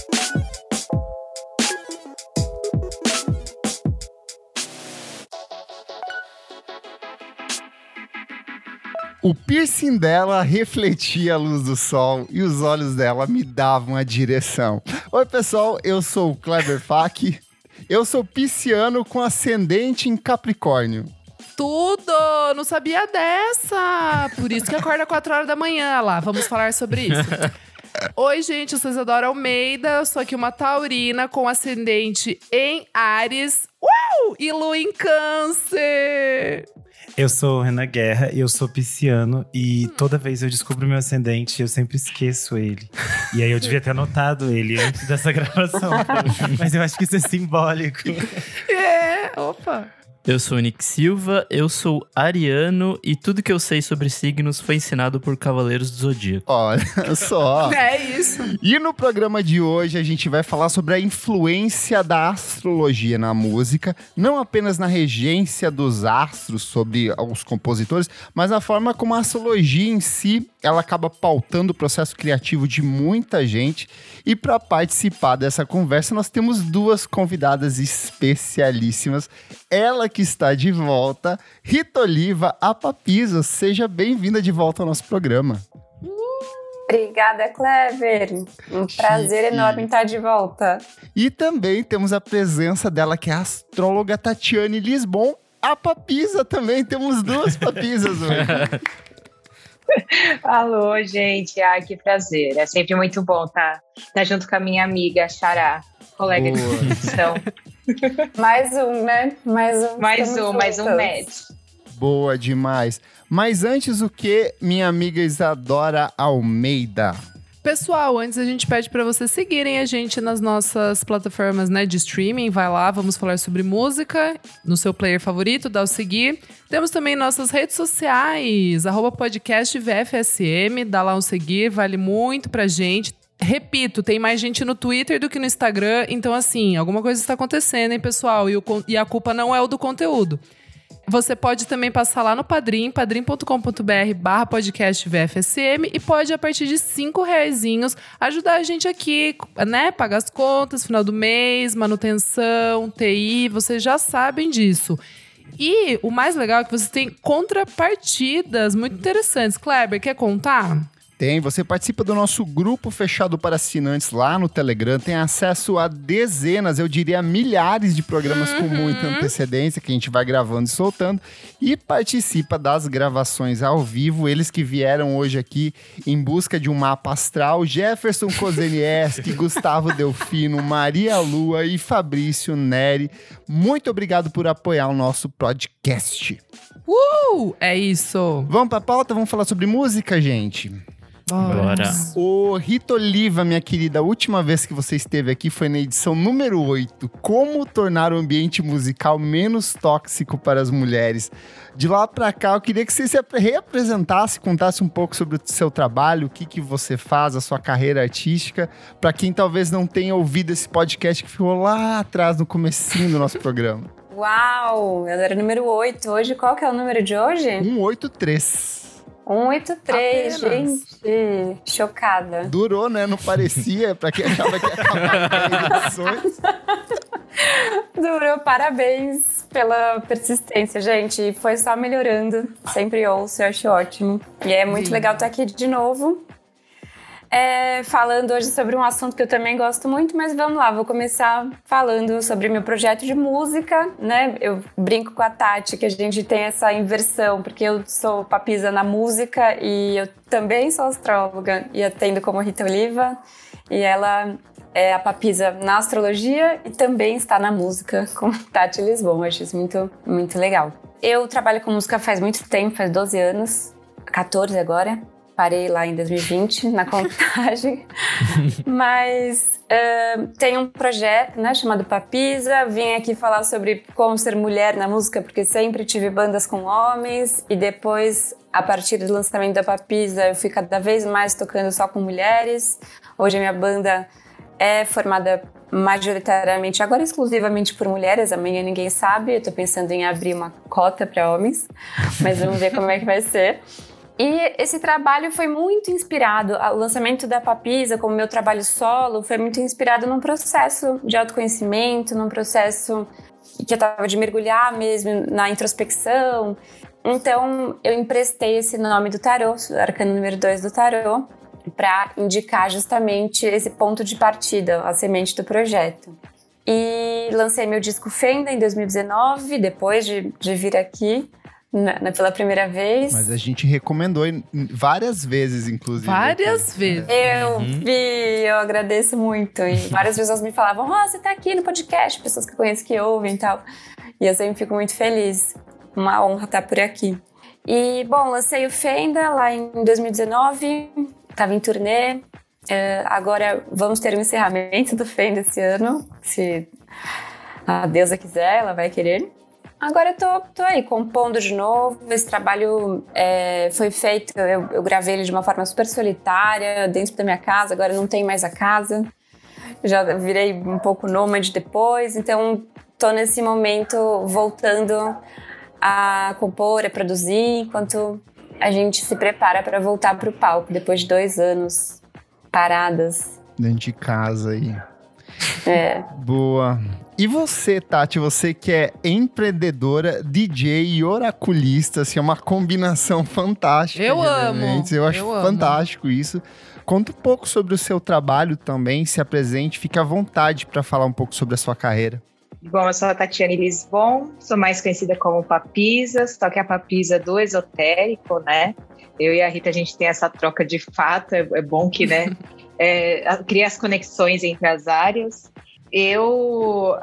O piercing dela refletia a luz do sol e os olhos dela me davam a direção. Oi, pessoal, eu sou o Kleber Fak. Eu sou pisciano com ascendente em Capricórnio. Tudo! Não sabia dessa! Por isso que acorda 4 horas da manhã lá. Vamos falar sobre isso. Oi, gente, eu sou Isadora Almeida. Sou aqui uma taurina com ascendente em Áries. E lua em Câncer. Eu sou o Renan Guerra e eu sou pisciano. E toda vez eu descubro meu ascendente, eu sempre esqueço ele. E aí eu devia ter anotado ele antes dessa gravação. Mas eu acho que isso é simbólico. Opa! Eu sou o Nick Silva, eu sou ariano e tudo que eu sei sobre signos foi ensinado por Cavaleiros do Zodíaco. Olha só. É isso. E no programa de hoje a gente vai falar sobre a influência da astrologia na música, não apenas na regência dos astros sobre os compositores, mas na forma como a astrologia em si, ela acaba pautando o processo criativo de muita gente. E para participar dessa conversa, nós temos duas convidadas especialíssimas. Ela que está de volta, Rita Oliva, a Papisa. Seja bem-vinda de volta ao nosso programa. Obrigada, Kleber. Um prazer enorme estar de volta. E também temos a presença dela, que é a astróloga Tatiane Lisbon, a Papisa também. Temos duas Papisas hoje. Alô, gente. Que prazer. É sempre muito bom estar junto com a minha amiga Xará, colega de profissão. Mais um, né? Mais um match. Boa demais. Mas antes o que, minha amiga Isadora Almeida? Pessoal, antes a gente pede para vocês seguirem a gente nas nossas plataformas, né, de streaming. Vai lá, vamos falar sobre música no seu player favorito, dá o seguir. Temos também nossas redes sociais, @podcastvfsm, dá lá um seguir, vale muito pra gente. Repito, tem mais gente no Twitter do que no Instagram, então assim, alguma coisa está acontecendo, hein, pessoal? E a culpa não é o do conteúdo. Você pode também passar lá no Padrim, padrim.com.br/podcastvfsm e pode, a partir de R$5 ajudar a gente aqui, né? Pagar as contas, final do mês, manutenção, TI, vocês já sabem disso. E o mais legal é que vocês têm contrapartidas muito interessantes. Kleber, quer contar? Tem, você participa do nosso grupo fechado para assinantes lá no Telegram, tem acesso a dezenas, eu diria milhares de programas com muita antecedência que a gente vai gravando e soltando, e participa das gravações ao vivo, eles que vieram hoje aqui em busca de um mapa astral, Jefferson Kozenieski, Gustavo Delfino, Maria Lua e Fabrício Neri. Muito obrigado por apoiar o nosso podcast. É isso! Vamos pra pauta, vamos falar sobre música, gente? Bora. Ô, Rita Oliva, minha querida, a última vez que você esteve aqui foi na edição número 8. Como tornar o ambiente musical menos tóxico para as mulheres? De lá pra cá, eu queria que você se reapresentasse, contasse um pouco sobre o seu trabalho, o que você faz, a sua carreira artística, para quem talvez não tenha ouvido esse podcast que ficou lá atrás, no comecinho do nosso programa. Uau! Eu era número 8 hoje. Qual que é o número de hoje? 183. 183, Apenas. gente. Chocada. Durou, né? Não parecia, pra quem achava que ia acabar com edições. Durou, parabéns pela persistência, gente. Foi só melhorando. Sempre ouço, eu acho ótimo. E é muito legal estar aqui de novo. Falando hoje sobre um assunto que eu também gosto muito, mas vamos lá, vou começar falando sobre meu projeto de música, né? Eu brinco com a Tati que a gente tem essa inversão, porque eu sou papisa na música e eu também sou astróloga e atendo como Rita Oliva, e ela é a papisa na astrologia e também está na música com Tati Lisbon. Eu acho isso muito, muito legal. Eu trabalho com música faz muito tempo, faz 12 anos, 14 agora. Parei lá em 2020, na contagem. Mas tem um projeto, né, chamado Papisa. Vim aqui falar sobre como ser mulher na música, porque sempre tive bandas com homens. E depois, a partir do lançamento da Papisa, eu fui cada vez mais tocando só com mulheres. Hoje a minha banda é formada majoritariamente, agora exclusivamente por mulheres. Amanhã ninguém sabe. Eu tô pensando em abrir uma cota para homens. Mas vamos ver como é que vai ser. E esse trabalho foi muito inspirado, o lançamento da Papisa como meu trabalho solo foi muito inspirado num processo de autoconhecimento, num processo que eu estava de mergulhar mesmo na introspecção. Então eu emprestei esse nome do tarô, arcano número 2 do tarô, para indicar justamente esse ponto de partida, a semente do projeto. E lancei meu disco Fenda em 2019, depois de vir aqui pela primeira vez. Mas a gente recomendou várias vezes, inclusive. Várias vezes. Eu agradeço muito. E várias pessoas me falavam, você tá aqui no podcast, pessoas que eu conheço que ouvem e tal. E eu sempre fico muito feliz. Uma honra estar por aqui. E, bom, lancei o Fenda lá em 2019, tava em turnê. Agora vamos ter um encerramento do Fenda esse ano, se a deusa quiser, ela vai querer. Agora eu tô aí, compondo de novo. Esse trabalho foi feito, eu gravei ele de uma forma super solitária, dentro da minha casa, agora não tem mais a casa. Já virei um pouco nômade depois, então tô nesse momento voltando a compor, a produzir, enquanto a gente se prepara para voltar pro palco, depois de 2 anos paradas. Dentro de casa aí. Boa. E você, Tati, você que é empreendedora, DJ e oraculista, assim, é uma combinação fantástica. Eu amo. Eu acho fantástico isso. Conta um pouco sobre o seu trabalho também, se apresente, fique à vontade para falar um pouco sobre a sua carreira. Bom, eu sou a Tatiane Lisbon, sou mais conhecida como Papisa, só que a Papisa do esotérico, né? Eu e a Rita, a gente tem essa troca de fato, é bom que, né, cria as conexões entre as áreas. Eu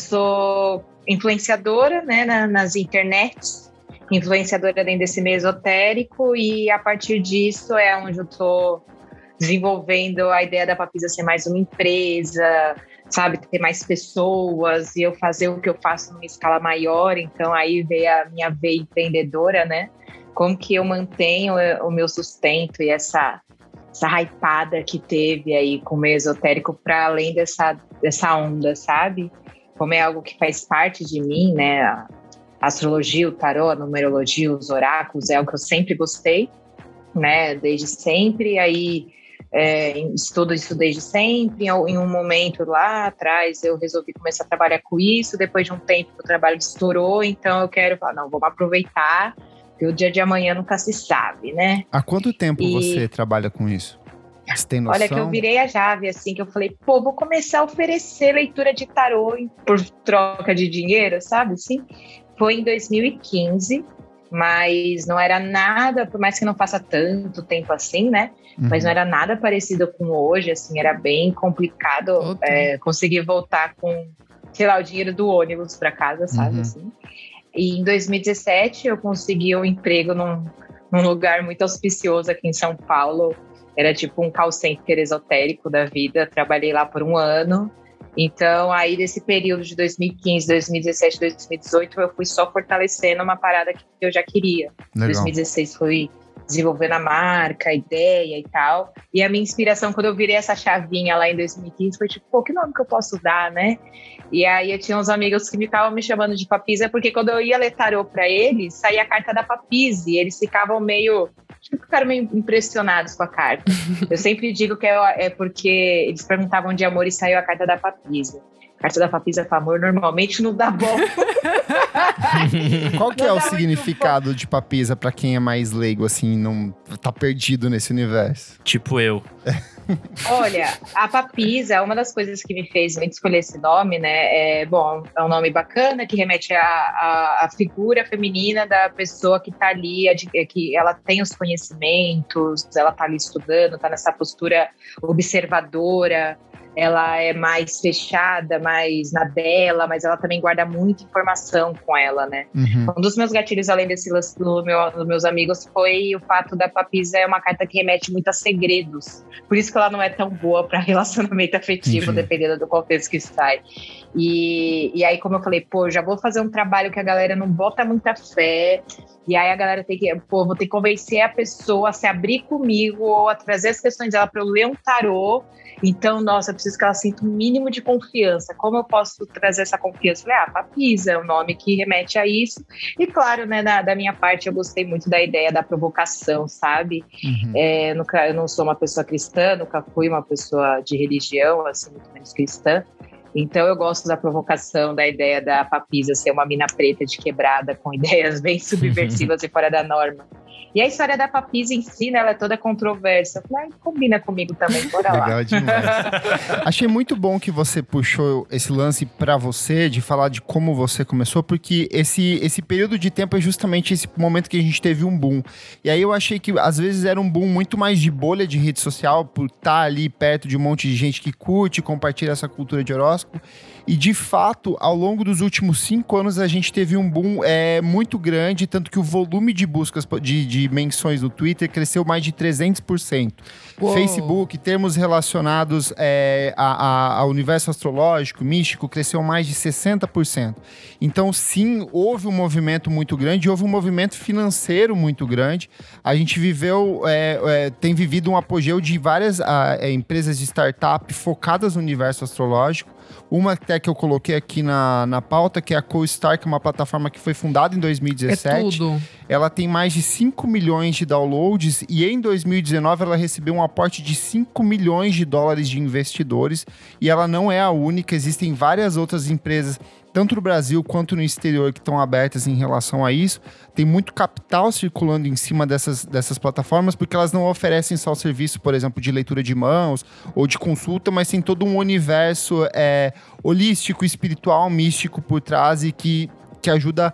sou influenciadora, né, nas internets, influenciadora dentro desse meio esotérico, e a partir disso é onde eu tô desenvolvendo a ideia da Papisa ser mais uma empresa, sabe, ter mais pessoas e eu fazer o que eu faço numa escala maior. Então aí veio a minha veia empreendedora, né? Como que eu mantenho o meu sustento e essa hypada que teve aí com o meio esotérico para além dessa onda, sabe? Como é algo que faz parte de mim, né? A astrologia, o tarô, a numerologia, os oráculos, é algo que eu sempre gostei, né? Desde sempre. Aí estudo isso desde sempre. Em um momento lá atrás eu resolvi começar a trabalhar com isso. Depois de um tempo o trabalho estourou, então eu quero falar, não, vamos aproveitar, porque o dia de amanhã nunca se sabe, né? Há quanto tempo você trabalha com isso? Você tem noção? Olha, que eu virei a chave, assim, que eu falei, vou começar a oferecer leitura de tarô por troca de dinheiro, sabe, assim? Foi em 2015, mas não era nada, por mais que não faça tanto tempo assim, né? Mas não era nada parecido com hoje, assim, era bem complicado conseguir voltar com, sei lá, o dinheiro do ônibus para casa, sabe, assim? E em 2017 eu consegui um emprego num lugar muito auspicioso aqui em São Paulo. Era tipo um call center esotérico da vida. Trabalhei lá por 1 ano. Então, aí desse período de 2015, 2017, 2018, eu fui só fortalecendo uma parada que eu já queria. Em 2016 fui desenvolvendo a marca, a ideia e tal. E a minha inspiração, quando eu virei essa chavinha lá em 2015, foi tipo, que nome que eu posso dar, né? E aí eu tinha uns amigos que estavam me chamando de Papisa, porque quando eu ia ler tarô pra eles, saía a carta da Papise, e eles ficavam ficaram meio impressionados com a carta. Eu sempre digo que é porque eles perguntavam de amor e saiu a carta da Papisa. A carta da Papisa para amor normalmente não dá bom. Qual que é o significado de Papisa pra quem é mais leigo, assim, não tá perdido nesse universo? Tipo eu. Olha, a Papisa, uma das coisas que me fez muito escolher esse nome, né? É um nome bacana, que remete à figura feminina da pessoa que tá ali, que ela tem os conhecimentos, ela tá ali estudando, tá nessa postura observadora. Ela é mais fechada, mais na dela, mas ela também guarda muita informação com ela, né? Um dos meus gatilhos, além desse lance dos meus amigos, foi o fato da Papisa é uma carta que remete muito a segredos. Por isso que ela não é tão boa para relacionamento afetivo, dependendo do contexto que sai. E aí, como eu falei, já vou fazer um trabalho que a galera não bota muita fé. E aí a galera tem que, vou ter que convencer a pessoa a se abrir comigo ou a trazer as questões dela para eu ler um tarô. Então, nossa, eu preciso preciso que ela sinta um mínimo de confiança. Como eu posso trazer essa confiança? Falei, Papisa é um nome que remete a isso. E claro, né, da minha parte, eu gostei muito da ideia da provocação, sabe? Eu não sou uma pessoa cristã, nunca fui uma pessoa de religião, assim, muito menos cristã. Então eu gosto da provocação, da ideia da Papisa ser uma mina preta de quebrada, com ideias bem subversivas e fora da norma. E a história da Papisa em si, né, ela é toda controversa. Eu falei, combina comigo também, bora lá. Legal demais. Achei muito bom que você puxou esse lance pra você, de falar de como você começou, porque esse período de tempo é justamente esse momento que a gente teve um boom. E aí eu achei que às vezes era um boom muito mais de bolha de rede social, por estar ali perto de um monte de gente que curte, compartilha essa cultura de horóscopo. E de fato, ao longo dos últimos 5 anos, a gente teve um boom muito grande, tanto que o volume de buscas de menções no Twitter cresceu mais de 300%. Uou. Facebook, termos relacionados ao universo astrológico, místico, cresceu mais de 60%. Então, sim, houve um movimento muito grande, houve um movimento financeiro muito grande. A gente tem vivido um apogeu de várias empresas de startup focadas no universo astrológico. Uma até que eu coloquei aqui na pauta, que é a CoStar, que é uma plataforma que foi fundada em 2017. É tudo. Ela tem mais de 5 milhões de downloads e em 2019 ela recebeu um aporte de 5 milhões de dólares de investidores. E ela não é a única, existem várias outras empresas, tanto no Brasil quanto no exterior, que estão abertas em relação a isso. Tem muito capital circulando em cima dessas plataformas, porque elas não oferecem só o serviço, por exemplo, de leitura de mãos ou de consulta, mas tem todo um universo holístico, espiritual, místico por trás e que ajuda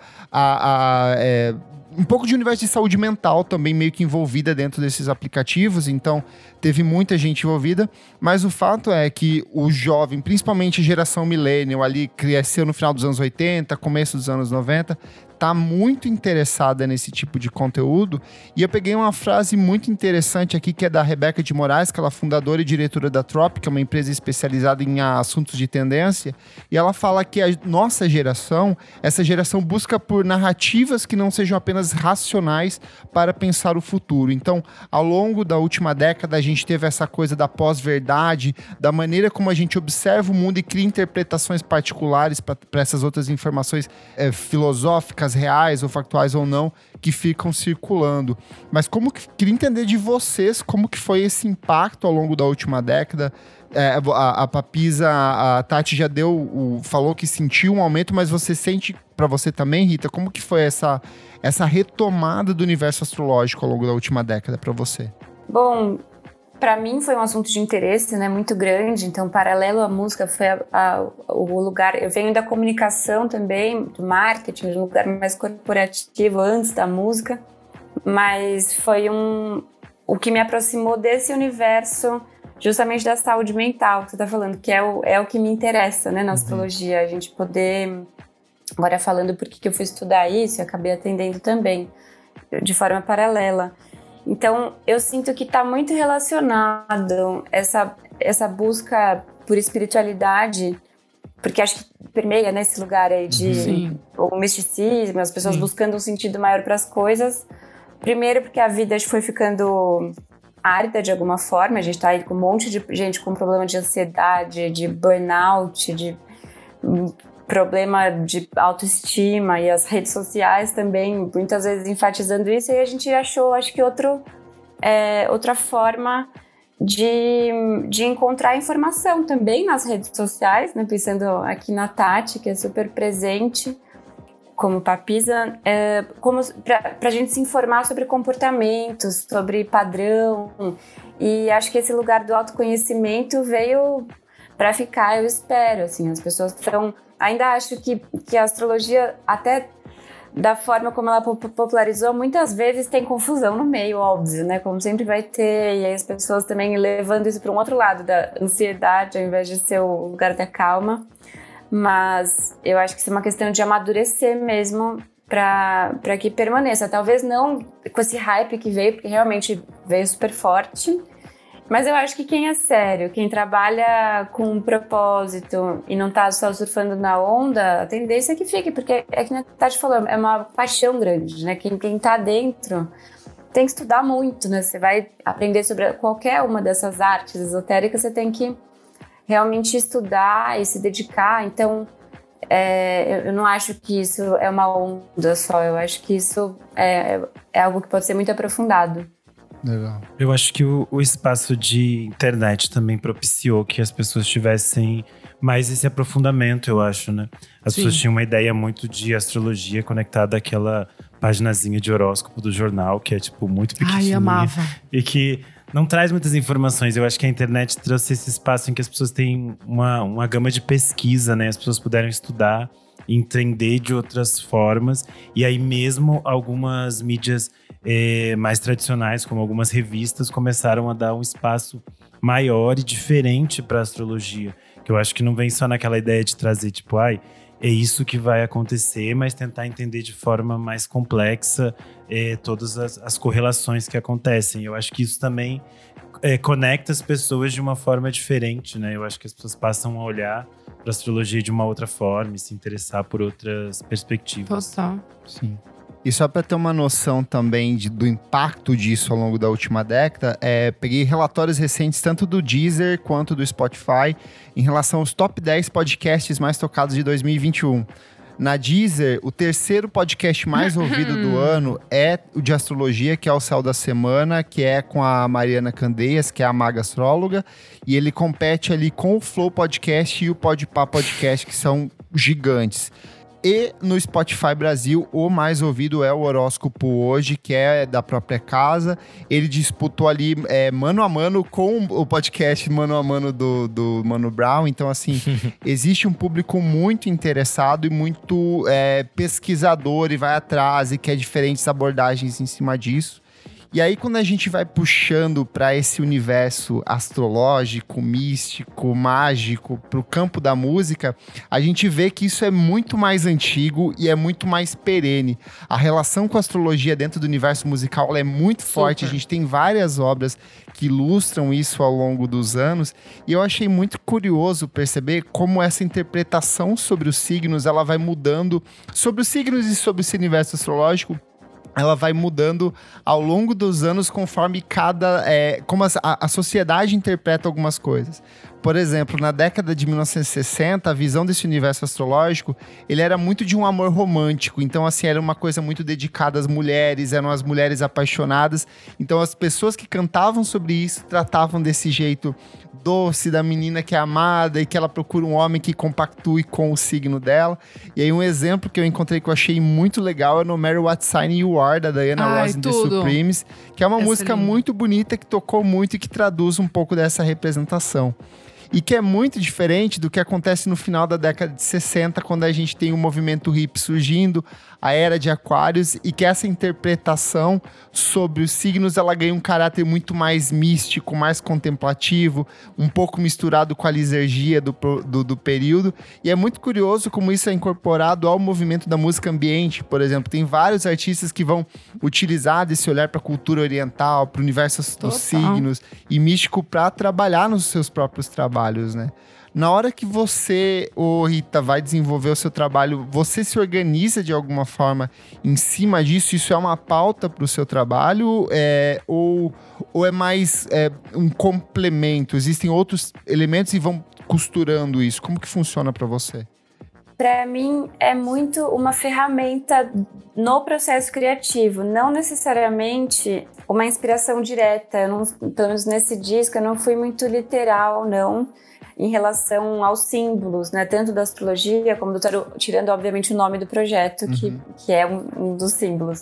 um pouco de universo de saúde mental também meio que envolvida dentro desses aplicativos, então teve muita gente envolvida, mas o fato é que o jovem, principalmente a geração millennial, ali cresceu no final dos anos 80, começo dos anos 90, tá muito interessada nesse tipo de conteúdo. E eu peguei uma frase muito interessante aqui, que é da Rebeca de Moraes, que ela é fundadora e diretora da Trop, que é uma empresa especializada em assuntos de tendência, e ela fala que a nossa geração, essa geração busca por narrativas que não sejam apenas racionais para pensar o futuro. Então, ao longo da última década, a gente teve essa coisa da pós-verdade, da maneira como a gente observa o mundo e cria interpretações particulares para essas outras informações filosóficas, reais ou factuais ou não, que ficam circulando. Mas queria entender de vocês como que foi esse impacto ao longo da última década. A Papisa, a Tati já falou que sentiu um aumento, mas você sente para você também, Rita, como que foi essa retomada do universo astrológico ao longo da última década para você? Bom, para mim foi um assunto de interesse, né, muito grande, então paralelo à música foi o lugar, eu venho da comunicação também, do marketing, de um lugar mais corporativo antes da música, mas foi o que me aproximou desse universo justamente da saúde mental, que você está falando, que é o que me interessa, né, na astrologia, a gente poder, agora falando por que eu fui estudar isso, eu acabei atendendo também, de forma paralela. Então, eu sinto que está muito relacionado essa busca por espiritualidade, porque acho que permeia nesse lugar aí de o misticismo, as pessoas buscando um sentido maior para as coisas. Primeiro, porque a vida foi ficando árida de alguma forma, a gente está aí com um monte de gente com problema de ansiedade, de burnout, de problema de autoestima, e as redes sociais também muitas vezes enfatizando isso, e a gente achou, acho que outra forma de encontrar informação também nas redes sociais, né? Pensando aqui na Tati, que é super presente como Papisa, para a gente se informar sobre comportamentos, sobre padrão, e acho que esse lugar do autoconhecimento veio para ficar, eu espero, assim, as pessoas estão... Ainda acho que a astrologia, até da forma como ela popularizou, muitas vezes tem confusão no meio, óbvio, né? Como sempre vai ter, e aí as pessoas também levando isso para um outro lado da ansiedade, ao invés de ser o lugar da calma. Mas eu acho que isso é uma questão de amadurecer mesmo para que permaneça. Talvez não com esse hype que veio, porque realmente veio super forte. Mas eu acho que quem é sério, quem trabalha com um propósito e não tá só surfando na onda, a tendência é que fique, porque é que a Tati falou, é uma paixão grande, né? Quem tá dentro tem que estudar muito, né? Você vai aprender sobre qualquer uma dessas artes esotéricas, você tem que realmente estudar e se dedicar. Então, eu não acho que isso é uma onda só, eu acho que isso é algo que pode ser muito aprofundado. Legal. Eu acho que o espaço de internet também propiciou que as pessoas tivessem mais esse aprofundamento, eu acho, né? As Sim. pessoas tinham uma ideia muito de astrologia conectada àquela paginazinha de horóscopo do jornal, que é, tipo, muito pequenininha. Ai, amava. E que não traz muitas informações. Eu acho que a internet trouxe esse espaço em que as pessoas têm uma gama de pesquisa, né? As pessoas puderam estudar, entender de outras formas. E aí mesmo algumas mídias mais tradicionais, como algumas revistas, começaram a dar um espaço maior e diferente para a astrologia. Que eu acho que não vem só naquela ideia de trazer, tipo, é isso que vai acontecer, mas tentar entender de forma mais complexa todas as correlações que acontecem. Eu acho que isso também conecta as pessoas de uma forma diferente, né? Eu acho que as pessoas passam a olhar para a astrologia de uma outra forma e se interessar por outras perspectivas. Total. Sim. E só para ter uma noção também do impacto disso ao longo da última década, peguei relatórios recentes tanto do Deezer quanto do Spotify em relação aos top 10 podcasts mais tocados de 2021. Na Deezer, o terceiro podcast mais ouvido do ano é o de astrologia, que é o Céu da Semana, que é com a Mariana Candeias, que é a maga astróloga, e ele compete ali com o Flow Podcast e o Podpah Podcast, que são gigantes. E no Spotify Brasil, o mais ouvido é o Horóscopo Hoje, que é da própria casa. Ele disputou ali mano a mano com o podcast Mano a Mano do Mano Brown. Então, assim, existe um público muito interessado e muito pesquisador e vai atrás e quer diferentes abordagens em cima disso. E aí, quando a gente vai puxando para esse universo astrológico, místico, mágico, para o campo da música, a gente vê que isso é muito mais antigo e é muito mais perene. A relação com a astrologia dentro do universo musical ela é muito forte. A gente tem várias obras que ilustram isso ao longo dos anos. E eu achei muito curioso perceber como essa interpretação sobre os signos ela vai mudando, sobre os signos e sobre esse universo astrológico, ela vai mudando ao longo dos anos conforme como a sociedade interpreta algumas coisas. Por exemplo, na década de 1960, a visão desse universo astrológico, ele era muito de um amor romântico. Então, assim, era uma coisa muito dedicada às mulheres, eram as mulheres apaixonadas. Então, as pessoas que cantavam sobre isso tratavam desse jeito doce da menina que é amada e que ela procura um homem que compactue com o signo dela. E aí, um exemplo que eu encontrei que eu achei muito legal é no Matter What Sign You Are, da Diana Ross and the Supremes, que é uma música muito bonita, que tocou muito e que traduz um pouco dessa representação. E que é muito diferente do que acontece no final da década de 60, quando a gente tem o movimento hippie surgindo, a era de Aquários, e que essa interpretação sobre os signos, ela ganha um caráter muito mais místico, mais contemplativo, um pouco misturado com a lisergia do período. E é muito curioso como isso é incorporado ao movimento da música ambiente, por exemplo. Tem vários artistas que vão utilizar desse olhar para a cultura oriental, para o universo dos signos e místico para trabalhar nos seus próprios trabalhos, né? Na hora que você, Rita, vai desenvolver o seu trabalho, você se organiza de alguma forma em cima disso? Isso é uma pauta para o seu trabalho? Ou é mais um complemento? Existem outros elementos e vão costurando isso? Como que funciona para você? Para mim, é muito uma ferramenta no processo criativo, não necessariamente uma inspiração direta. Pelo menos nesse disco, eu não fui muito literal, não, em relação aos símbolos, né? Tanto da astrologia como do tarot, tirando, obviamente, o nome do projeto, que é um dos símbolos.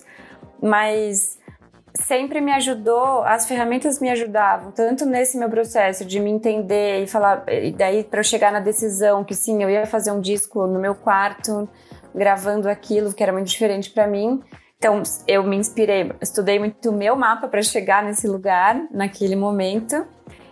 Mas sempre me ajudou, as ferramentas me ajudavam, tanto nesse meu processo de me entender e falar, e daí para eu chegar na decisão que sim, eu ia fazer um disco no meu quarto, gravando aquilo que era muito diferente para mim. Então, eu me inspirei, estudei muito o meu mapa para chegar nesse lugar, naquele momento.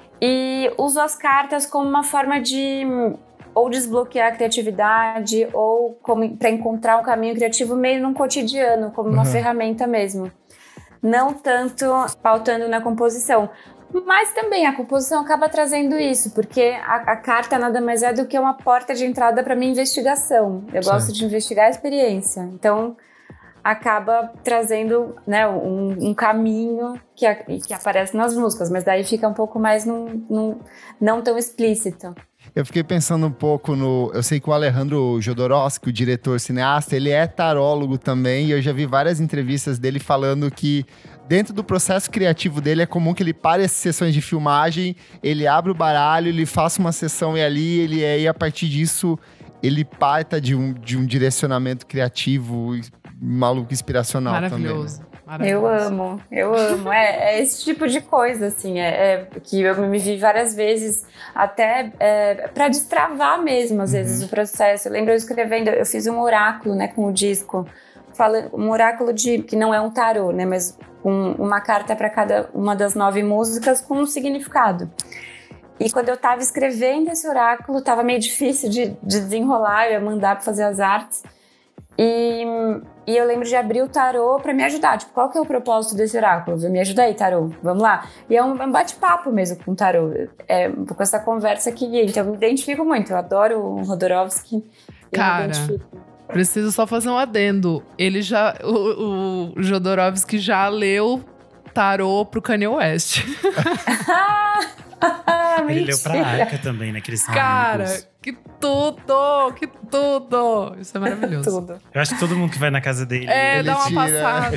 E uso as cartas como uma forma de ou desbloquear a criatividade ou para encontrar um caminho criativo meio num cotidiano, como uma ferramenta mesmo. Não tanto pautando na composição. Mas também a composição acaba trazendo isso, porque a carta nada mais é do que uma porta de entrada para minha investigação. Eu gosto de investigar a experiência. Então, acaba trazendo, né, um caminho que aparece nas músicas, mas daí fica um pouco mais não tão explícito. Eu fiquei pensando um pouco Eu sei que o Alejandro Jodorowsky, o diretor cineasta, ele é tarólogo também. E eu já vi várias entrevistas dele falando que dentro do processo criativo dele é comum que ele pare as sessões de filmagem, ele abre o baralho, ele faça uma sessão e ali e a partir disso ele parta de um direcionamento criativo, maluco, inspiracional Maravilhoso. também. Né? Eu amo. É esse tipo de coisa, assim, que eu me vi várias vezes, até para destravar mesmo, às vezes, o processo. Eu lembro eu escrevendo, eu fiz um oráculo, né, com o disco, um oráculo que não é um tarô, né, mas uma carta para cada uma das 9 músicas com um significado. E quando eu tava escrevendo esse oráculo, tava meio difícil de desenrolar, eu ia mandar para fazer as artes. E eu lembro de abrir o tarô pra me ajudar. Tipo, qual que é o propósito desse oráculo? Me ajuda aí, tarô. Vamos lá. E é um bate-papo mesmo com o tarô. É um pouco essa conversa que guia. Então, eu me identifico muito. Eu adoro o Jodorowsky. Cara, preciso só fazer um adendo. O Jodorowsky já leu tarô pro Kanye West. Ele leu pra Arca também, né? Que eles são Cara, amigos. que tudo! Isso é maravilhoso. Tudo. Eu acho que todo mundo que vai na casa dele… Ele dá uma tira. passada.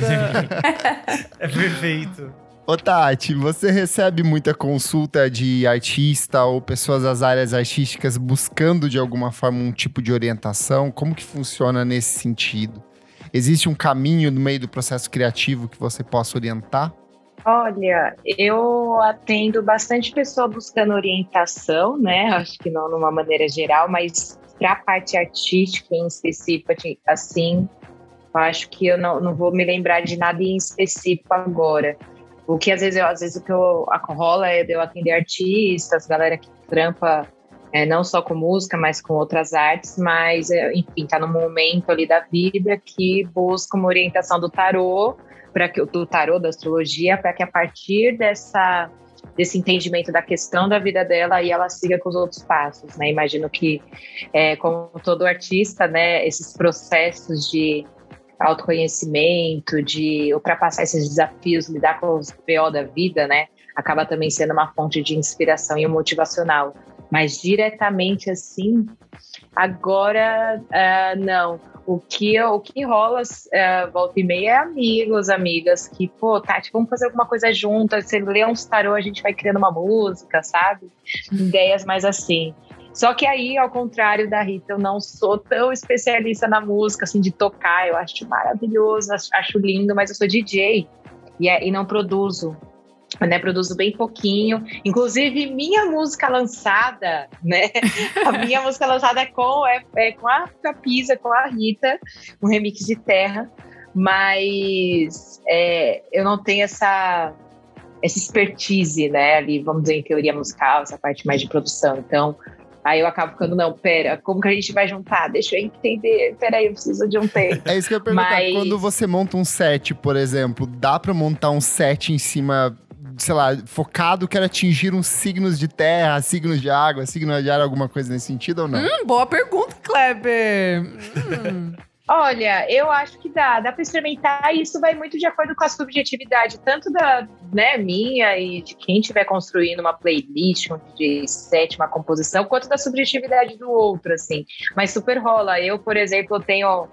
É perfeito. Ô Tati, você recebe muita consulta de artista ou pessoas das áreas artísticas buscando de alguma forma um tipo de orientação? Como que funciona nesse sentido? Existe um caminho no meio do processo criativo que você possa orientar? Olha, eu atendo bastante pessoa buscando orientação, né? Acho que não numa maneira geral, mas para a parte artística em específico, assim, eu acho que eu não vou me lembrar de nada em específico agora. O que às vezes o que rola é de eu atender artistas, galera que trampa não só com música, mas com outras artes, mas enfim, tá num momento ali da vida que busca uma orientação do tarô, da astrologia, para que a partir desse entendimento da questão da vida dela, aí ela siga com os outros passos, né? Imagino que, como todo artista, né, esses processos de autoconhecimento, de ultrapassar esses desafios, lidar com os BO da vida, né, acaba também sendo uma fonte de inspiração e motivacional. Mas diretamente assim, agora, não. O que rola volta e meia é amigos, amigas, que, pô, Tati, vamos fazer alguma coisa juntas, você lê uns tarô, a gente vai criando uma música, sabe? Ideias mais assim. Só que aí, ao contrário da Rita, eu não sou tão especialista na música, assim, de tocar, eu acho maravilhoso, acho lindo, mas eu sou DJ e não produzo. Né, produzo bem pouquinho, inclusive minha música lançada, né? A minha música lançada é com a Capisa, com a Rita, um remix de Terra, mas eu não tenho essa expertise, né? Ali, vamos dizer, em teoria musical, essa parte mais de produção. Então, aí eu acabo ficando, não, pera, como que a gente vai juntar? Deixa eu entender, peraí, eu preciso de um tempo. É isso que eu ia perguntar. Quando você monta um set, por exemplo, dá pra montar um set em cima, sei lá, focado, quero atingir uns signos de terra, signos de água, signos de ar, alguma coisa nesse sentido ou não? Boa pergunta, Kleber. Olha, eu acho que dá pra experimentar, e isso vai muito de acordo com a subjetividade, tanto da, né, minha e de quem estiver construindo uma playlist, um DJ set, uma composição, quanto da subjetividade do outro, assim. Mas super rola. Eu, por exemplo, tenho,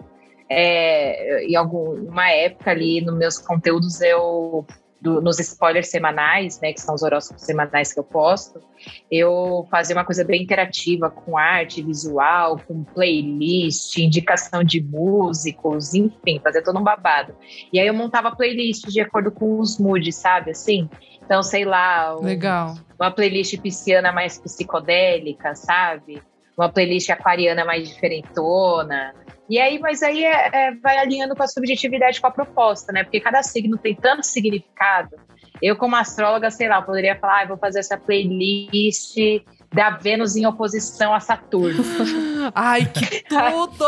em alguma época ali nos meus conteúdos, nos spoilers semanais, né, que são os horóscopos semanais que eu posto, eu fazia uma coisa bem interativa com arte visual, com playlist, indicação de músicos, enfim, fazia todo um babado. E aí eu montava playlist de acordo com os moods, sabe, assim? Então, sei lá, Legal. Uma playlist pisciana mais psicodélica, sabe? Uma playlist aquariana mais diferentona. E aí, mas aí vai alinhando com a subjetividade, com a proposta, né? Porque cada signo tem tanto significado. Eu, como astróloga, sei lá, eu poderia falar, vou fazer essa playlist da Vênus em oposição a Saturno. Ai, que tudo!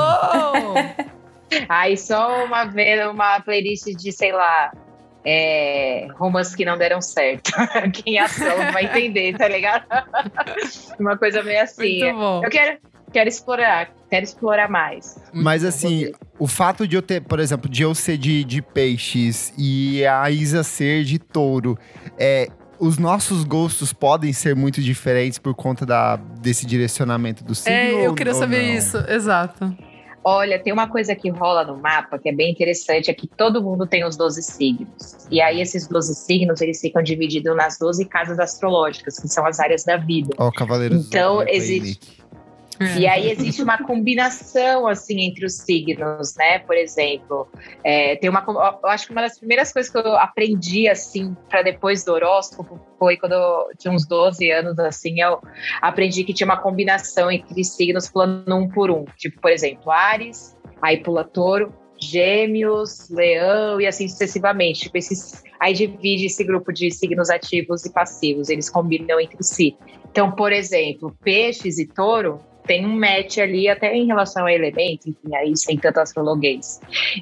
Aí só uma playlist de, sei lá, romances que não deram certo. Quem é astrólogo vai entender, tá ligado? Uma coisa meio assim. Muito bom. Eu quero explorar mais. Mas assim, o fato de eu ter, por exemplo, de eu ser de peixes e a Isa ser de touro, os nossos gostos podem ser muito diferentes por conta desse direcionamento do signo? Eu queria saber não? isso, exato. Olha, tem uma coisa que rola no mapa que é bem interessante, é que todo mundo tem os 12 signos. E aí esses 12 signos, eles ficam divididos nas 12 casas astrológicas, que são as áreas da vida. Ó, Cavaleiros Então, do Zodíaco aí, existe... Nick. E aí existe uma combinação, assim, entre os signos, né? Por exemplo, eu acho que uma das primeiras coisas que eu aprendi, assim, para depois do horóscopo, foi quando eu tinha uns 12 anos, assim, eu aprendi que tinha uma combinação entre signos pulando um por um. Tipo, por exemplo, Áries, aí pula Touro, Gêmeos, Leão e assim sucessivamente. Tipo, aí divide esse grupo de signos ativos e passivos, eles combinam entre si. Então, por exemplo, Peixes e Touro tem um match ali até em relação a elementos, enfim, aí sem tanto astrologuês.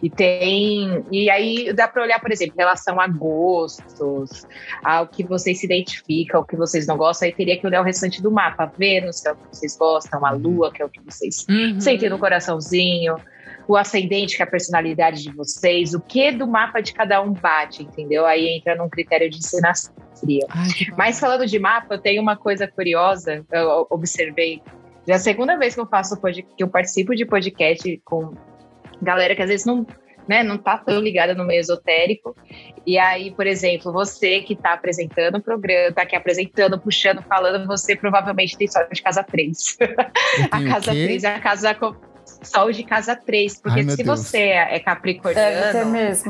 E aí dá para olhar, por exemplo, em relação a gostos, ao que vocês se identificam, ao que vocês não gostam, aí teria que olhar o restante do mapa. Vênus, que é o que vocês gostam, a Lua, que é o que vocês sentem no coraçãozinho, o ascendente, que é a personalidade de vocês, o que do mapa de cada um bate, entendeu? Aí entra num critério de sinastria. Mas falando de mapa, eu tenho uma coisa curiosa, eu observei. Já é a segunda vez que eu que eu participo de podcast com galera que às vezes não tá tão ligada no meio esotérico. E aí, por exemplo, você que tá apresentando o programa, tá aqui apresentando, puxando, falando, você provavelmente tem sorte de casa 3. A casa 3 é a casa Sol de casa 3, porque Ai, se você é capricorniano, Deve ter mesmo.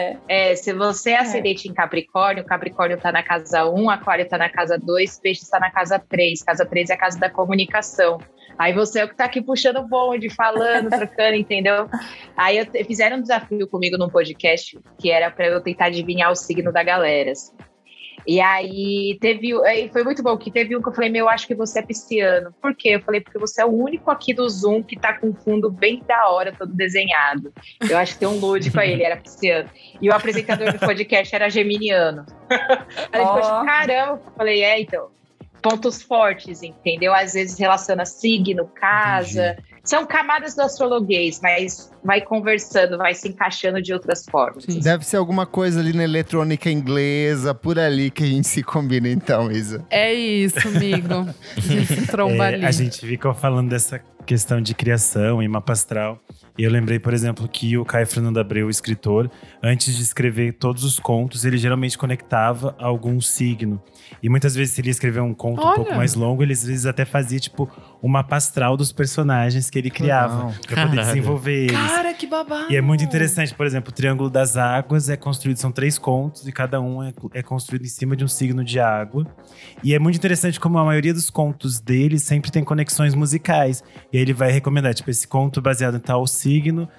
Se você é ascendente em Capricórnio, Capricórnio tá na casa 1, Aquário tá na casa 2, Peixe tá na casa 3. Casa 3 é a casa da comunicação. Aí você é o que tá aqui puxando o bonde, falando, trocando, entendeu? Aí fizeram um desafio comigo num podcast que era pra eu tentar adivinhar o signo da galera, assim. E aí foi muito bom, que teve um que eu falei, eu acho que você é pisciano. Por quê? Eu falei, porque você é o único aqui do Zoom que tá com um fundo bem da hora, todo desenhado. Eu acho que tem um lúdico aí, ele era pisciano. E o apresentador do podcast era geminiano. Aí ficou tipo, caramba. Eu falei, então, pontos fortes, entendeu? Às vezes relaciona signo, casa... Entendi. São camadas do astrologuês, mas vai conversando, vai se encaixando de outras formas. Sim. Deve ser alguma coisa ali na eletrônica inglesa, por ali que a gente se combina então, Isa. É isso, amigo. A gente se tromba ali. A gente ficou falando dessa questão de criação e mapa astral. E eu lembrei, por exemplo, que o Caio Fernando Abreu, o escritor, antes de escrever todos os contos, ele geralmente conectava a algum signo. E muitas vezes, se ele escrever um conto um pouco mais longo, ele às vezes até fazia, tipo, um mapa astral dos personagens que ele criava. Pra poder desenvolver eles. Cara, que babado! E é muito interessante, por exemplo, o Triângulo das Águas é construído, são 3 contos, e cada um é construído em cima de um signo de água. E é muito interessante como a maioria dos contos dele sempre tem conexões musicais. E aí ele vai recomendar, tipo, esse conto baseado em tal signo,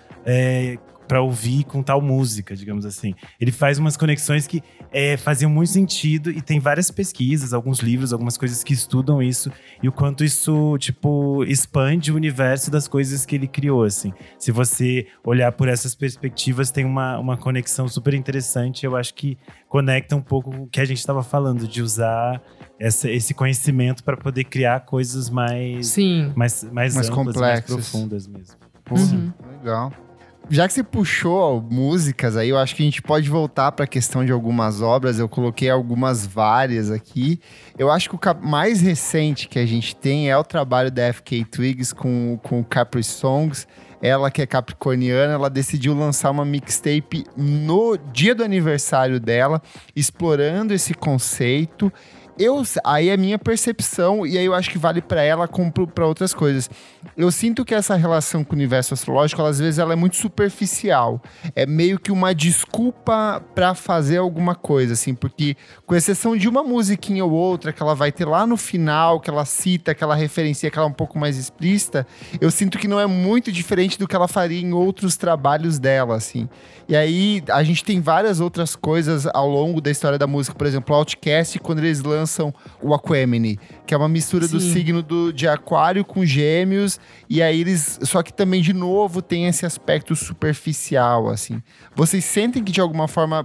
pra ouvir com tal música, digamos assim. Ele faz umas conexões que faziam muito sentido, e tem várias pesquisas, alguns livros, algumas coisas que estudam isso, e o quanto isso, tipo, expande o universo das coisas que ele criou, assim. Se você olhar por essas perspectivas, tem uma conexão super interessante. Eu acho que conecta um pouco com o que a gente estava falando, de usar esse conhecimento para poder criar coisas mais amplas, complexas, mais profundas mesmo. Legal. Já que você puxou músicas aí, eu acho que a gente pode voltar para a questão de algumas obras. Eu coloquei várias aqui. Eu acho que o mais recente que a gente tem é o trabalho da FK Twigs com o Capri Songs. Ela, que é capricorniana, ela decidiu lançar uma mixtape no dia do aniversário dela, explorando esse conceito. Aí é minha percepção, e aí eu acho que vale para ela como para outras coisas. Eu sinto que essa relação com o universo astrológico, às vezes, ela é muito superficial. É meio que uma desculpa para fazer alguma coisa, assim, porque, com exceção de uma musiquinha ou outra que ela vai ter lá no final, que ela cita, que ela referencia, que ela é um pouco mais explícita, eu sinto que não é muito diferente do que ela faria em outros trabalhos dela, assim. E aí, a gente tem várias outras coisas ao longo da história da música. Por exemplo, o Outkast, quando eles lançam o Aquemini, que é uma mistura do signo de Aquário com Gêmeos, e aí só que também, de novo, tem esse aspecto superficial, assim. Vocês sentem que, de alguma forma,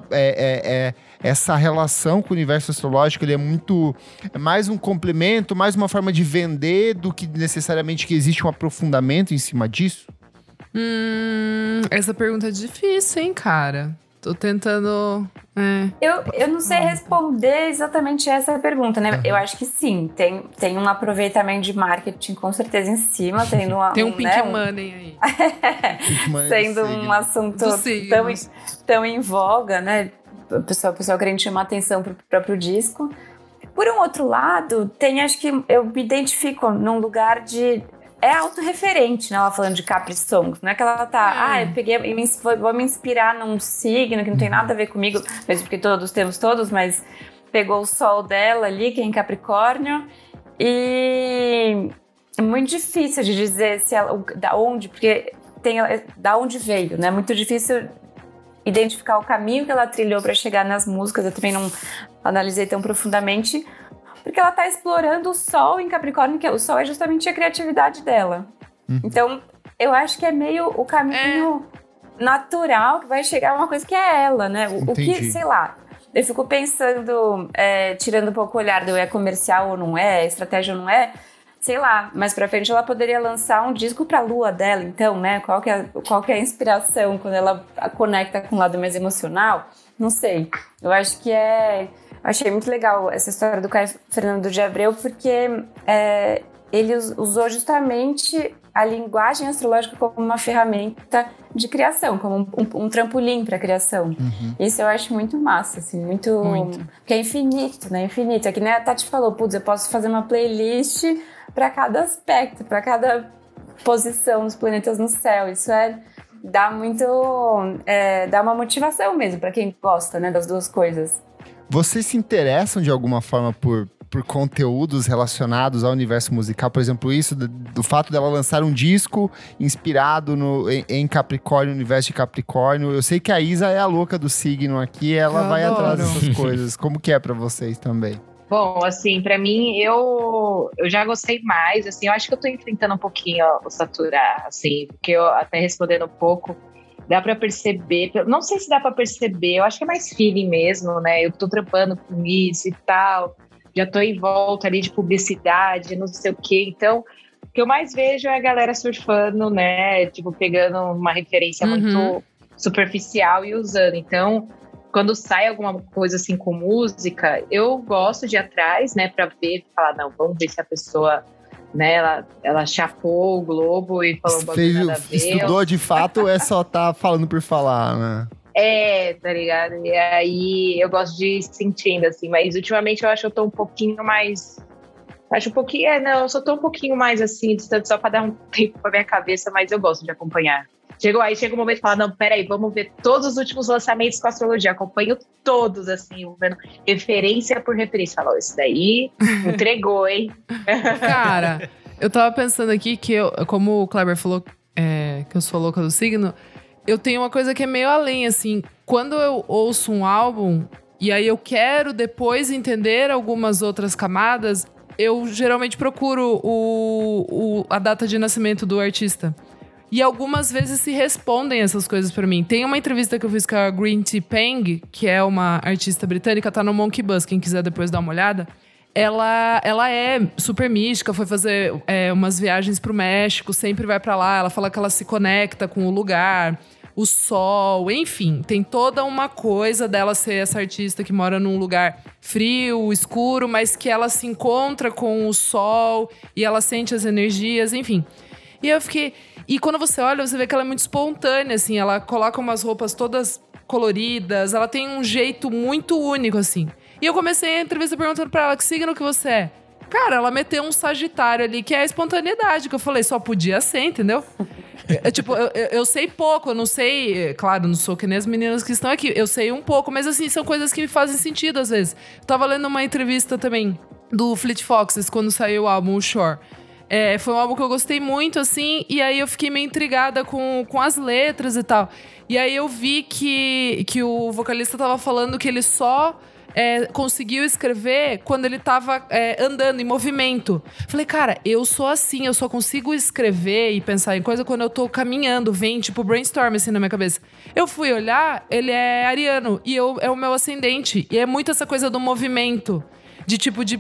essa relação com o universo astrológico, ele é mais um complemento, mais uma forma de vender do que necessariamente que existe um aprofundamento em cima disso? Essa pergunta é difícil, hein, cara? Tô tentando... Eu não sei responder exatamente essa pergunta, né? Eu acho que sim, tem um aproveitamento de marketing com certeza em cima, tendo tem um pink money aí. Sendo um assunto tão em voga, né? O pessoal querendo chamar atenção pro próprio disco. Por um outro lado, acho que eu me identifico num lugar de... É autorreferente, né? Ela falando de Capri Songs. Não é que ela tá... eu peguei vou me inspirar num signo que não tem nada a ver comigo, mesmo porque todos temos todos, mas pegou o sol dela ali, que é em Capricórnio. E é muito difícil de dizer da onde, porque da onde veio, né? É muito difícil identificar o caminho que ela trilhou para chegar nas músicas. Eu também não analisei tão profundamente, porque ela tá explorando o sol em Capricórnio, que o sol é justamente a criatividade dela. Então, eu acho que é meio o caminho natural que vai chegar a uma coisa que é ela, né? O que, sei lá, eu fico pensando, tirando um pouco o olhar do é comercial ou não é, estratégia ou não é, sei lá, mais pra frente ela poderia lançar um disco pra lua dela, então, né? Qual que é a inspiração quando ela conecta com o lado mais emocional? Não sei. Eu acho que achei muito legal essa história do Caio Fernando de Abreu, porque ele usou justamente a linguagem astrológica como uma ferramenta de criação, como um trampolim para a criação. Isso eu acho muito massa, assim, muito. Porque é infinito, né? Infinito. É que nem a Tati falou, putz, eu posso fazer uma playlist para cada aspecto, para cada posição dos planetas no céu. Isso dá uma motivação mesmo para quem gosta, né, das duas coisas. Vocês se interessam de alguma forma por conteúdos relacionados ao universo musical? Por exemplo, isso do fato dela lançar um disco inspirado em Capricórnio, no universo de Capricórnio. Eu sei que a Isa é a louca do signo aqui, ela vai atrás dessas coisas. Como que é pra vocês também? Bom, assim, pra mim, eu já gostei mais, assim, eu acho que eu tô enfrentando um pouquinho o saturar, assim, porque eu até respondendo um pouco, dá pra perceber, não sei se dá pra perceber, eu acho que é mais feeling mesmo, né? Eu tô trampando com isso e tal, já tô em volta ali de publicidade, não sei o quê. Então, o que eu mais vejo é a galera surfando, né? Tipo, pegando uma referência muito superficial e usando. Então, quando sai alguma coisa assim com música, eu gosto de ir atrás, né? Pra ver, falar, não, vamos ver se a pessoa... né, ela chapou o globo e falou bagulho nada a ver. Estudou de fato ou só tá falando por falar, né? Tá ligado? E aí eu gosto de ir sentindo, assim, mas ultimamente eu acho que eu tô um pouquinho mais... Acho um pouquinho... eu só tô um pouquinho mais, assim, distante só pra dar um tempo pra minha cabeça, mas eu gosto de acompanhar. Chega um momento e fala, não, peraí, vamos ver todos os últimos lançamentos com astrologia. Acompanho todos, assim, vendo referência por referência. Falou, isso daí entregou, hein? Cara, eu tava pensando aqui que como o Kleber falou que eu sou louca do signo, eu tenho uma coisa que é meio além, assim. Quando eu ouço um álbum e aí eu quero depois entender algumas outras camadas, eu geralmente procuro a data de nascimento do artista. E algumas vezes se respondem essas coisas pra mim. Tem uma entrevista que eu fiz com a Green Tea Peng, que é uma artista britânica, tá no Monkey Bus, quem quiser depois dar uma olhada. Ela é super mística, foi fazer umas viagens pro México, sempre vai pra lá. Ela fala que ela se conecta com o lugar, o sol, enfim. Tem toda uma coisa dela ser essa artista que mora num lugar frio, escuro, mas que ela se encontra com o sol e ela sente as energias, enfim. E eu fiquei... E quando você olha, você vê que ela é muito espontânea, assim. Ela coloca umas roupas todas coloridas. Ela tem um jeito muito único, assim. E eu comecei a entrevista perguntando pra ela, que signo que você é? Cara, ela meteu um Sagitário ali, que é a espontaneidade. Que eu falei, só podia ser, entendeu? Eu sei pouco, eu não sei... Claro, não sou que nem as meninas que estão aqui. Eu sei um pouco, mas assim, são coisas que me fazem sentido, às vezes. Eu tava lendo uma entrevista também do Fleet Foxes, quando saiu o álbum, o Shore. Foi um álbum que eu gostei muito, assim, e aí eu fiquei meio intrigada com as letras e tal. E aí eu vi que o vocalista tava falando que ele só conseguiu escrever quando ele tava andando, em movimento. Falei, cara, eu sou assim, eu só consigo escrever e pensar em coisa quando eu tô caminhando, vem tipo brainstorm assim na minha cabeça. Eu fui olhar, ele é ariano, e é o meu ascendente. E é muito essa coisa do movimento, de tipo de...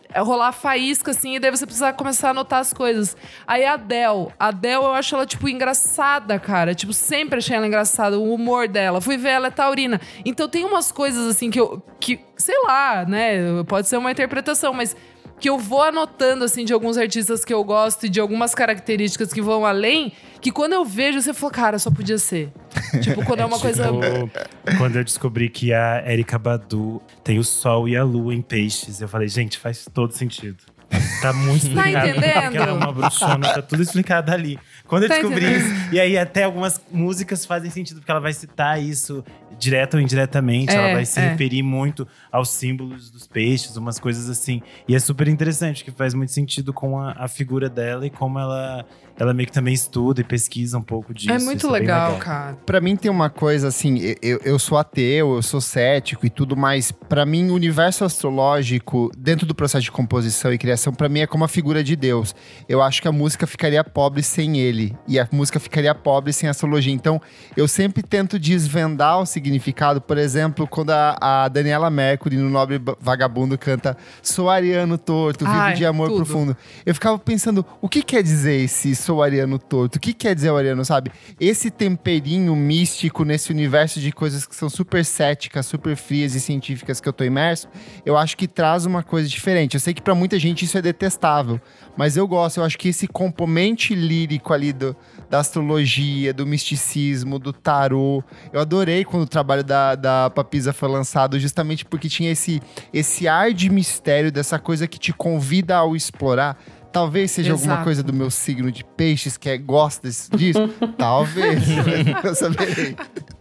rolar faísca, assim, e daí você precisa começar a anotar as coisas. Aí a Adele, eu acho ela, tipo, engraçada, cara. Tipo, sempre achei ela engraçada, o humor dela. Fui ver, ela é taurina. Então tem umas coisas, assim, que sei lá, né? Pode ser uma interpretação, mas que eu vou anotando, assim, de alguns artistas que eu gosto e de algumas características que vão além, que quando eu vejo, você fala, cara, só podia ser. Tipo, quando é uma coisa... Quando eu descobri que a Erykah Badu tem o Sol e a Lua em Peixes, eu falei, gente, faz todo sentido. Tá muito explicado. Tá entendendo? Porque ela é uma bruxona, tá tudo explicado ali. Quando eu descobri isso, e aí até algumas músicas fazem sentido, porque ela vai citar isso direto ou indiretamente. Ela vai se referir muito aos símbolos dos peixes, umas coisas assim. E é super interessante, que faz muito sentido com a figura dela e como ela meio que também estuda e pesquisa um pouco disso. É muito legal, cara. Pra mim tem uma coisa assim, eu sou ateu, eu sou cético e tudo, mas pra mim o universo astrológico, dentro do processo de composição e criação, pra mim é como a figura de Deus. Eu acho que a música ficaria pobre sem ele, e a música ficaria pobre sem a astrologia. Então, eu sempre tento desvendar o significado. Por exemplo, quando a Daniela Mercury, no Nobre Vagabundo, canta "Sou ariano torto, vivo de amor profundo". Eu ficava pensando, o que quer dizer esse "sou ariano torto"? O que quer dizer o ariano, sabe? Esse temperinho místico nesse universo de coisas que são super céticas, super frias e científicas que eu tô imerso, eu acho que traz uma coisa diferente. Eu sei que pra muita gente isso é detestável, mas eu gosto. Eu acho que esse componente lírico ali da astrologia, do misticismo, do tarô, eu adorei quando o trabalho da Papisa foi lançado, justamente porque tinha esse ar de mistério, dessa coisa que te convida ao explorar. Talvez seja alguma coisa do meu signo de peixes que gosta disso. Talvez, eu saberei.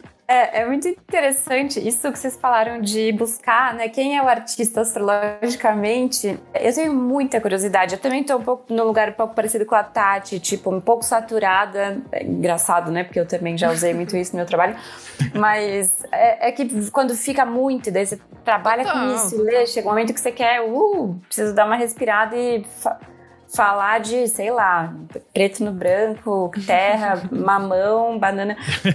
É muito interessante isso que vocês falaram de buscar, né? Quem é o artista astrologicamente. Eu tenho muita curiosidade. Eu também tô um pouco no lugar um pouco parecido com a Tati, tipo, um pouco saturada. É engraçado, né? Porque eu também já usei muito isso no meu trabalho. Mas é que quando fica muito, daí você trabalha com isso, lê, chega um momento que você quer, preciso dar uma respirada e falar de, sei lá, preto no branco, terra, mamão, banana.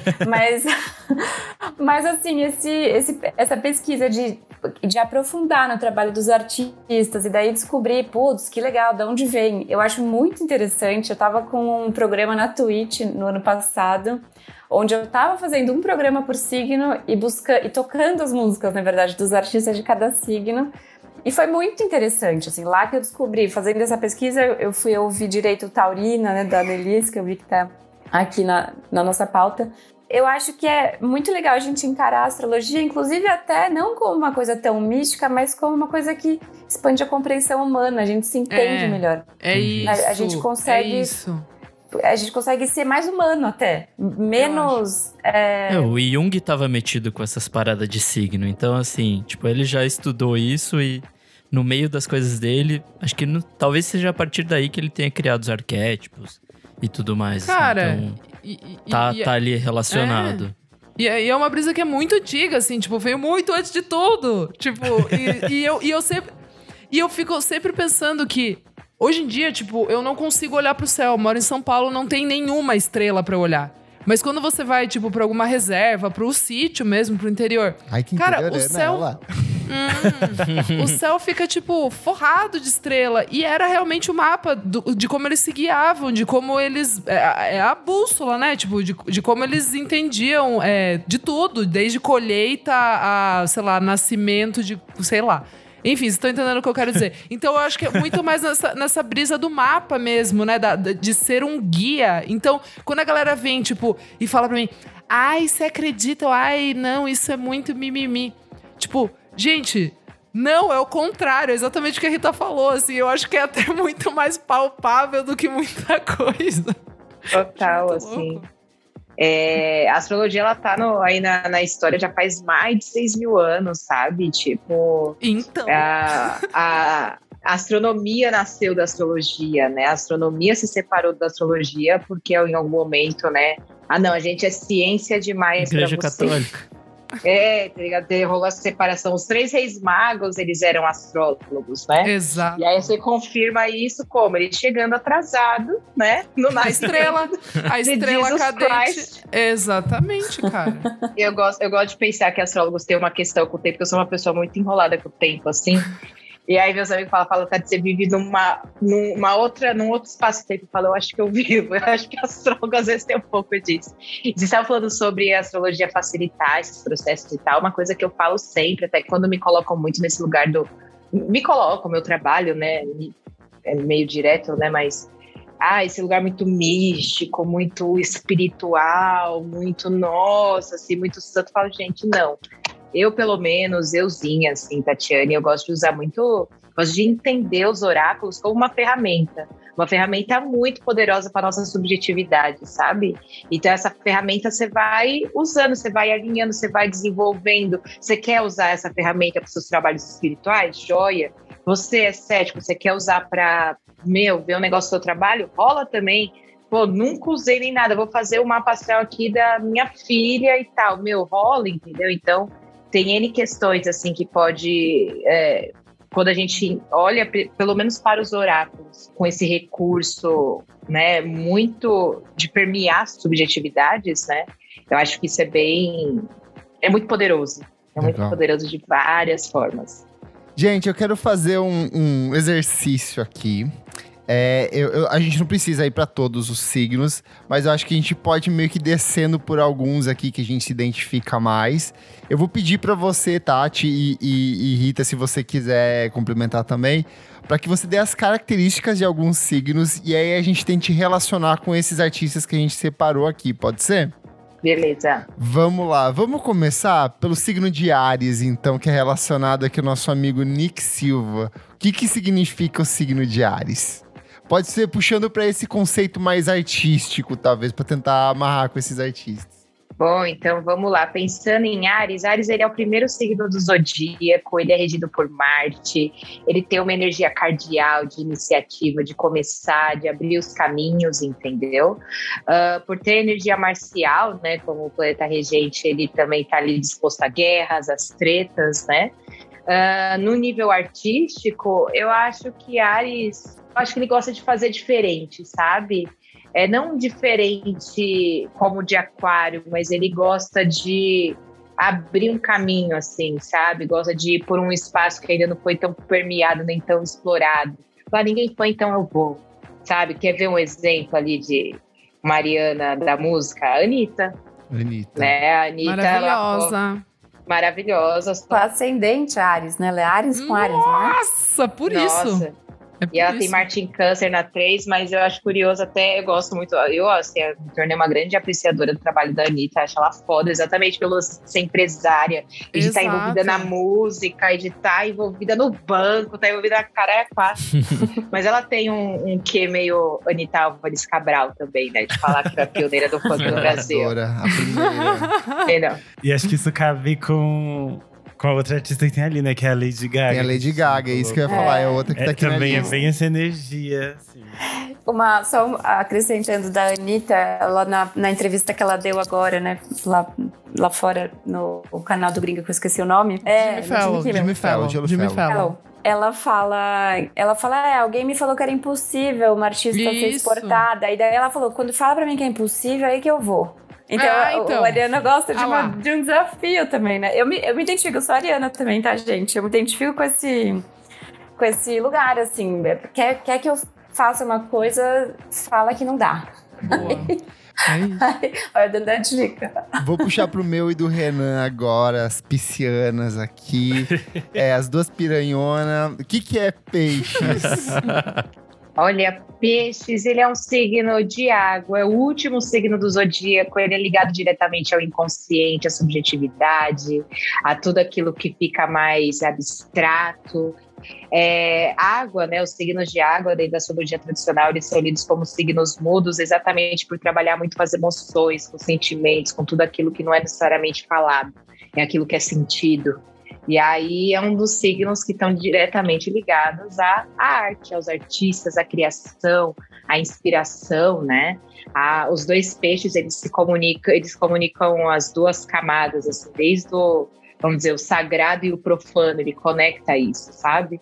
Mas assim, essa pesquisa de aprofundar no trabalho dos artistas e daí descobrir, putz, que legal, de onde vem? Eu acho muito interessante. Eu tava com um programa na Twitch no ano passado, onde eu tava fazendo um programa por signo e tocando as músicas, na verdade, dos artistas de cada signo. E foi muito interessante, assim, lá que eu descobri, fazendo essa pesquisa, eu fui ouvir direito o Taurina, né, da Annelise, que eu vi que tá aqui na nossa pauta. Eu acho que é muito legal a gente encarar a astrologia, inclusive até não como uma coisa tão mística, mas como uma coisa que expande a compreensão humana, a gente se entende melhor. É isso, a gente consegue, a gente consegue ser mais humano até, menos... O Jung tava metido com essas paradas de signo, então assim, tipo, ele já estudou isso e no meio das coisas dele, acho que talvez seja a partir daí que ele tenha criado os arquétipos e tudo mais. Cara, então, tá ali relacionado. E é uma brisa que é muito antiga, assim, tipo, veio muito antes de tudo. Tipo, eu fico sempre pensando que hoje em dia, tipo, eu não consigo olhar pro céu. Eu moro em São Paulo, não tem nenhuma estrela pra olhar. Mas quando você vai, tipo, pra alguma reserva, pro sítio mesmo, pro interior. Ai, que cara, interior, o céu... o céu fica, tipo, forrado de estrela. E era realmente o mapa de como eles se guiavam, de como eles... É a bússola, né? Tipo, de como eles entendiam de tudo. Desde colheita a, sei lá, nascimento de... Sei lá. Enfim, vocês estão entendendo o que eu quero dizer. Então, eu acho que é muito mais nessa brisa do mapa mesmo, né? De ser um guia. Então, quando a galera vem, tipo, e fala pra mim... Ai, você acredita? Ai, não, isso é muito mimimi. Tipo, gente... Não, é o contrário. É exatamente o que a Rita falou, assim. Eu acho que é até muito mais palpável do que muita coisa. Total, assim. A astrologia, ela tá aí na história já faz mais de 6.000 anos, sabe? Tipo... Então... A astronomia nasceu da astrologia, né? A astronomia se separou da astrologia porque em algum momento, né? Não, a gente é ciência demais pra você. Igreja Católica. Tá ligado? Rolou essa separação. Os 3 reis magos, eles eram astrólogos, né? Exato. E aí você confirma isso como? Ele chegando atrasado, né? A estrela cadente. Exatamente, cara. Eu gosto de pensar que astrólogos têm uma questão com o tempo, porque eu sou uma pessoa muito enrolada com o tempo, assim. E aí meus amigos falam, Tati, você vive num outro espaço-tempo. Eu falo, eu acho que eu vivo. Eu acho que a astróloga às vezes tem um pouco disso. Vocês estavam falando sobre a astrologia facilitar esses processos e tal. Uma coisa que eu falo sempre, até quando me colocam muito nesse lugar me colocam, meu trabalho, né? É meio direto, né? Mas esse lugar muito místico, muito espiritual, muito nossa, assim, muito santo. Eu falo, gente, não. Eu, pelo menos, euzinha, assim, Tatiane, eu gosto de usar muito, gosto de entender os oráculos como uma ferramenta muito poderosa para nossa subjetividade, sabe? Então, essa ferramenta você vai usando, você vai alinhando, você vai desenvolvendo. Você quer usar essa ferramenta para os seus trabalhos espirituais? Joia! Você é cético, você quer usar para, ver um negócio do seu trabalho? Rola também. Pô, nunca usei nem nada, vou fazer o mapa astral aqui da minha filha e tal. Rola, entendeu? Então, tem N questões, assim, que pode... quando a gente olha, pelo menos para os oráculos, com esse recurso, né, muito de permear subjetividades, né? Eu acho que isso é muito poderoso. Muito poderoso de várias formas. Gente, eu quero fazer um exercício aqui. A gente não precisa ir para todos os signos, mas eu acho que a gente pode meio que descendo por alguns aqui que a gente se identifica mais. Eu vou pedir para você, Tati e Rita, se você quiser complementar também, para que você dê as características de alguns signos e aí a gente tente relacionar com esses artistas que a gente separou aqui, pode ser? Beleza. Vamos lá, vamos começar pelo signo de Áries, então, que é relacionado aqui ao nosso amigo Nick Silva. O que significa o signo de Áries? Pode ser puxando para esse conceito mais artístico, talvez, para tentar amarrar com esses artistas. Bom, então vamos lá. Pensando em Áries, ele é o primeiro signo do zodíaco, ele é regido por Marte, ele tem uma energia cardial, de iniciativa, de começar, de abrir os caminhos, entendeu? Por ter energia marcial, né, como o planeta regente, ele também está ali disposto a guerras, às tretas, né? No nível artístico, eu acho que Áries, ele gosta de fazer diferente, sabe? Não diferente como de Aquário, mas ele gosta de abrir um caminho, assim, sabe? Gosta de ir por um espaço que ainda não foi tão permeado, nem tão explorado. Lá ninguém foi, então eu vou, sabe? Quer ver um exemplo ali de Mariana da música? A Anitta. Né? A Anitta, maravilhosa. Com ascendente Áries, né? Ela é Áries com Áries, né? Nossa, por isso. E ela tem Marte em Câncer na 3, mas eu acho curioso até, eu gosto muito, eu me tornei uma grande apreciadora do trabalho da Anitta, acho ela foda, exatamente pelo ser empresária, e de estar envolvida na música, e de estar envolvida no banco, estar envolvida na cara é fácil. Mas ela tem um quê meio Anitta Álvares Cabral também, né, de falar que foi a pioneira do funk no Brasil. A primeira. E acho que isso cabe com a outra artista que tem ali, né? Que é a Lady Gaga. Tem a Lady Gaga, é isso que eu ia falar. É outra que tá aqui também na lista. É bem essa energia, assim. Só acrescentando da Anitta, ela na entrevista que ela deu agora, né? Lá fora, no canal do Gringa, que eu esqueci o nome. Jimmy Fallon. Ela fala, alguém me falou que era impossível uma artista ser exportada. E daí ela falou, quando fala pra mim que é impossível, é aí que eu vou. Então, o Ariana gosta de um desafio também, né? Eu me identifico, eu sou Ariana também, tá, gente? Eu me identifico com esse lugar, assim. Quer que eu faça uma coisa, fala que não dá. Boa. Olha, dando a dica. Vou puxar pro meu e do Renan agora, as piscianas aqui. As duas piranhonas. O que é peixes? Olha, Peixes, ele é um signo de água, é o último signo do zodíaco, ele é ligado diretamente ao inconsciente, à subjetividade, a tudo aquilo que fica mais abstrato. Água, né? Os signos de água dentro da astrologia tradicional, eles são lidos como signos mudos, exatamente por trabalhar muito com as emoções, com os sentimentos, com tudo aquilo que não é necessariamente falado, é aquilo que é sentido. E aí é um dos signos que estão diretamente ligados à arte, aos artistas, à criação, à inspiração, né? Os dois peixes, eles comunicam as duas camadas, assim, desde o, vamos dizer, o sagrado e o profano, ele conecta isso, sabe?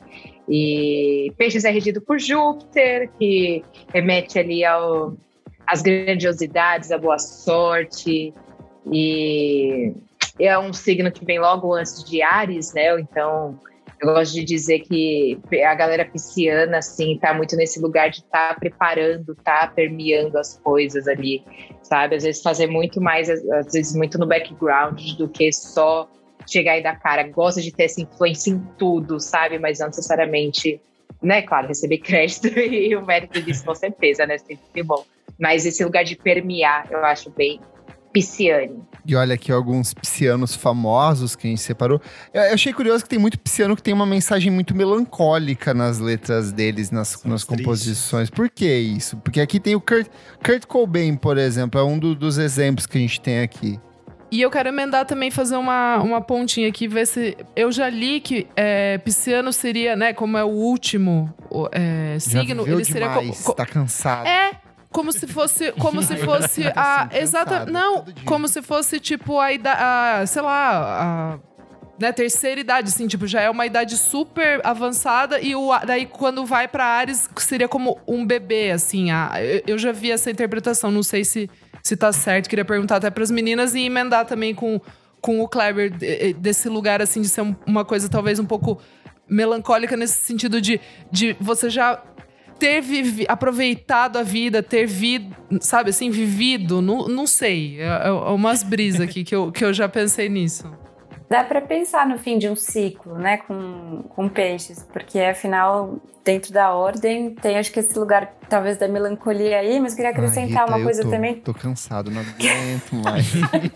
E Peixes é regido por Júpiter, que remete ali às grandiosidades, à boa sorte, e é um signo que vem logo antes de Áries, né? Então, Eu gosto de dizer que a galera pisciana, assim, tá muito nesse lugar de estar preparando, tá permeando as coisas ali, sabe? Às vezes fazer muito mais, às vezes muito no background do que só chegar e dar cara. Gosta de ter essa influência em tudo, sabe? Mas não necessariamente, né? Claro, receber crédito e o mérito disso com certeza, né? Sempre bom. Mas esse lugar de permear, eu acho bem pisciane. E olha aqui alguns piscianos famosos que a gente separou. Eu achei curioso que tem muito pisciano que tem uma mensagem muito melancólica nas letras deles, nas composições. Por que isso? Porque aqui tem o Kurt Cobain, por exemplo, é um dos exemplos que a gente tem aqui. E eu quero emendar também, fazer uma pontinha aqui, ver se... Eu já li que pisciano seria, né, como é o último signo, ele seria... Tá cansado. Como se fosse a... Exata, não, como se fosse, tipo, sei lá, né, terceira idade, assim, tipo, já é uma idade super avançada e daí quando vai pra Áries seria como um bebê, assim. Eu já vi essa interpretação, não sei se tá certo, queria perguntar até pras meninas e emendar também com o Kleber, desse lugar, assim, de ser uma coisa talvez um pouco melancólica nesse sentido de você já ter aproveitado a vida, ter sabe assim, vivido, não sei, é umas brisas aqui que eu já pensei nisso. Dá para pensar no fim de um ciclo, né, com peixes, porque afinal, dentro da ordem, tem acho que esse lugar talvez da melancolia aí, mas queria acrescentar uma coisa também. Tô cansado, não aguento mais.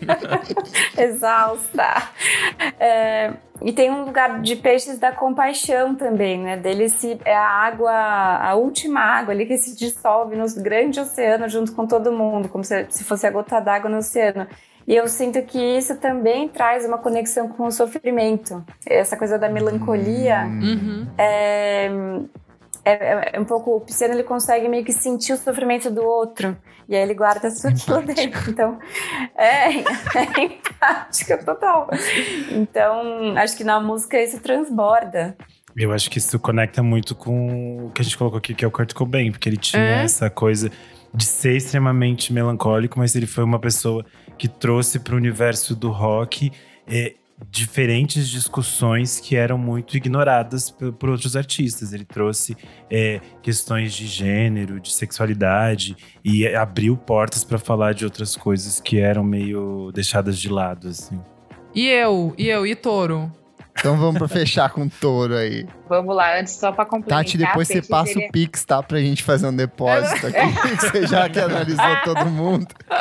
Exausta. E tem um lugar de peixes da compaixão também, né? Dele é a última água ali que se dissolve no grande oceano junto com todo mundo, como se fosse a gota d'água no oceano. E eu sinto que isso também traz uma conexão com o sofrimento. Essa coisa da melancolia é um pouco... O pisciano, ele consegue meio que sentir o sofrimento do outro. E aí ele guarda tudo aquilo dentro. Então, é empática total. Então, acho que na música isso transborda. Eu acho que isso conecta muito com o que a gente colocou aqui, que é o Kurt Cobain. Porque ele tinha essa coisa de ser extremamente melancólico, mas ele foi uma pessoa que trouxe para o universo do rock diferentes discussões que eram muito ignoradas por outros artistas. Ele trouxe questões de gênero, de sexualidade e abriu portas para falar de outras coisas que eram meio deixadas de lado, assim. E Touro? Então vamos fechar com o Touro aí. Vamos lá, antes só pra complementar. Tati, depois você passa o Pix, tá? Pra gente fazer um depósito aqui. Você já que analisou todo mundo.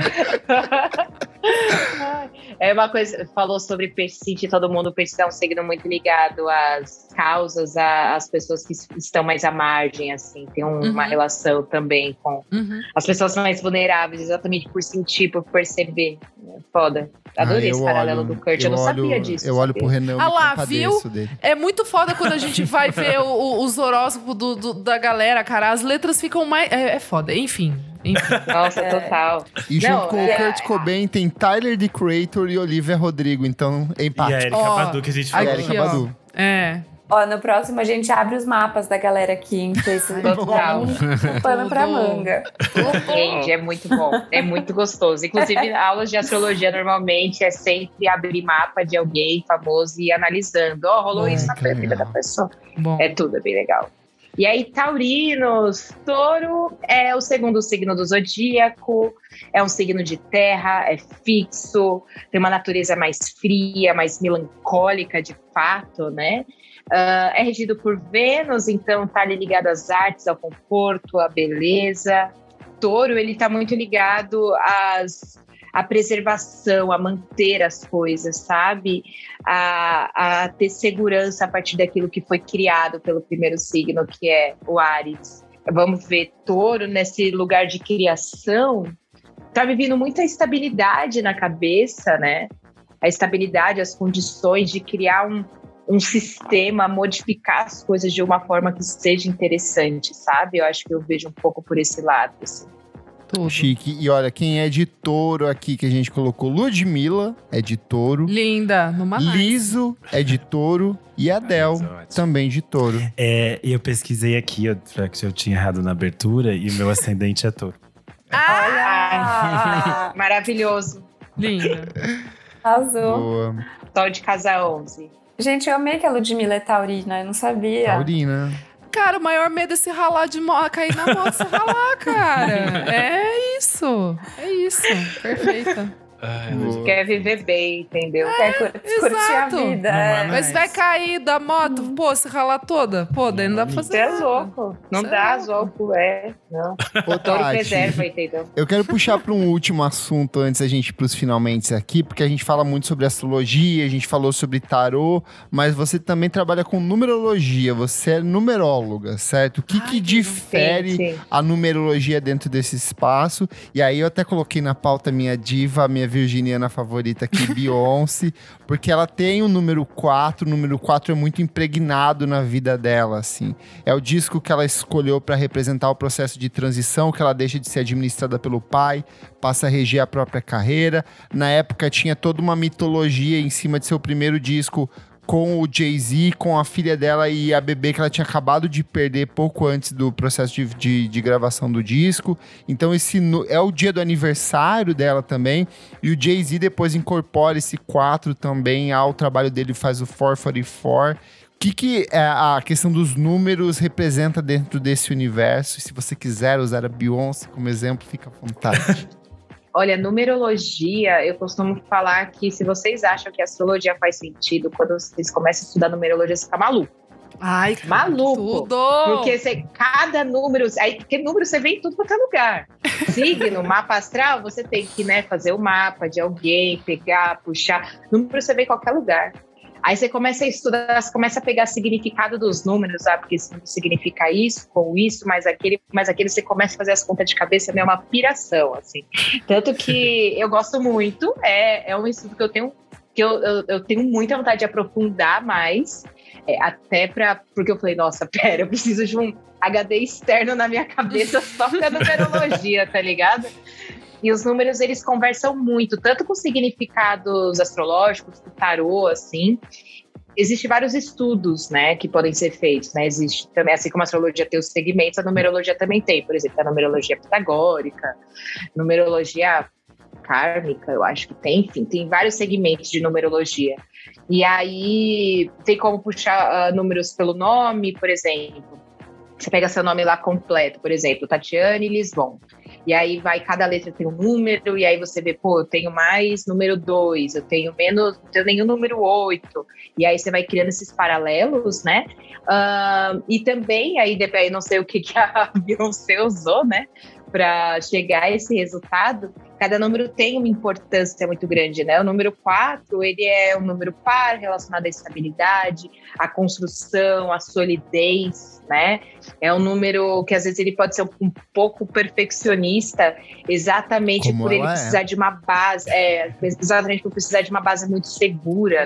É uma coisa, falou sobre peixe, sentir todo mundo. O peixe é um signo muito ligado às causas, às pessoas que estão mais à margem, assim. Tem uma relação também com as pessoas mais vulneráveis, exatamente por sentir, por perceber. Foda. Adorei esse paralelo do Kurt, eu não sabia disso. Eu olho pro Renan, viu? Dele. É muito foda quando a gente vai ver os horóscopos da galera, cara. As letras ficam mais... É foda, enfim. Nossa, total. E junto com o Kurt Cobain tem Tyler, The Creator e Olivia Rodrigo, então empate. E a Erika Badu, que a gente falou. A Erika Badu. No próximo a gente abre os mapas da galera aqui, em que esse pano pra manga. Gente, é muito bom, é muito gostoso. Inclusive, aulas de astrologia normalmente é sempre abrir mapa de alguém famoso e ir analisando. Rolou isso na vida da pessoa. Bom. É tudo, é bem legal. E aí, taurinos, Touro é o segundo signo do zodíaco, é um signo de terra, é fixo, tem uma natureza mais fria, mais melancólica de fato, né? É regido por Vênus, então tá ali ligado às artes, ao conforto, à beleza. Touro, ele tá muito ligado à preservação, a manter as coisas, sabe? A ter segurança a partir daquilo que foi criado pelo primeiro signo, que é o Áries. Vamos ver, Touro, nesse lugar de criação, tá vivendo muita estabilidade na cabeça, né? A estabilidade, as condições de criar um sistema, modificar as coisas de uma forma que seja interessante, sabe? Eu acho que eu vejo um pouco por esse lado, assim. Tudo. Chique. E olha, quem é de Touro aqui que a gente colocou, Ludmilla é de Touro. Linda, numa Liso é de Touro. E Adele também de Touro. E eu pesquisei aqui, que eu tinha errado na abertura, e o meu ascendente é Touro. Maravilhoso. Linda. Arrasou. Boa. Sol de casa 11. Gente, eu amei que a Ludmilla é taurina, eu não sabia. Taurina. Cara, o maior medo é se ralar de moto, cair na moto e se ralar, cara. É isso. Perfeito. Quer viver bem, entendeu? Quer curtir a vida. Mas vai cair da moto, pô, se ralar toda. Pô, daí não dá pra fazer Você é nada. louco. Não Você dá, é louco. Zolco, não. Ô, Touro Tati, preserva, entendeu? eu quero puxar para um último assunto antes da gente ir pros finalmente aqui, porque a gente fala muito sobre astrologia, a gente falou sobre tarô, mas você também trabalha com numerologia, você é numeróloga, certo? O que difere Sim. a numerologia dentro desse espaço? E aí eu até coloquei na pauta minha diva, a minha virginiana favorita aqui, Beyoncé, porque ela tem o número 4 é muito impregnado na vida dela, assim. É o disco que ela escolheu para representar o processo de transição, que ela deixa de ser administrada pelo pai, passa a reger a própria carreira. Na época tinha toda uma mitologia em cima de seu primeiro disco com o Jay-Z, com a filha dela e a bebê que ela tinha acabado de perder pouco antes do processo de gravação do disco. Então esse é o dia do aniversário dela também. E o Jay-Z depois incorpora esse 4 também ao trabalho dele, faz o 444. O que a questão dos números representa dentro desse universo? E se você quiser usar a Beyoncé como exemplo, fica à vontade. Olha, numerologia, eu costumo falar que se vocês acham que a astrologia faz sentido, quando vocês começam a estudar numerologia, você fica maluco. Ai, Maluco. tudo! Porque cada número, porque número você vê em tudo quanto é lugar. Signo, mapa astral, você tem que, fazer o mapa de alguém, pegar, puxar. Número você vê em qualquer lugar. Aí você começa a estudar, você começa a pegar significado dos números, porque isso significa isso, com isso, mais aquele, você começa a fazer as contas de cabeça, é uma piração, assim. Tanto que eu gosto muito, é um estudo que eu tenho muita vontade de aprofundar mais, porque eu falei, nossa, pera, eu preciso de um HD externo na minha cabeça só pra numerologia, tá ligado? E os números, eles conversam muito, tanto com significados astrológicos, do tarô, assim. Existem vários estudos, que podem ser feitos, Existe também, assim como a astrologia tem os segmentos, a numerologia também tem. Por exemplo, a numerologia pitagórica, numerologia kármica, eu acho que tem. Enfim, tem vários segmentos de numerologia. E aí, tem como puxar números pelo nome, por exemplo. Você pega seu nome lá completo, por exemplo, Tatiane Lisbon. E aí cada letra tem um número, e aí você vê, eu tenho mais número 2, eu tenho menos, não tenho nenhum número 8. E aí você vai criando esses paralelos, e também, aí não sei o que a Beyoncé usou, para chegar a esse resultado. Cada número tem uma importância muito grande, O número 4, ele é um número par relacionado à estabilidade, à construção, à solidez, É um número que às vezes ele pode ser um pouco perfeccionista, exatamente Como por ele ela precisar de uma base, exatamente por precisar de uma base muito segura,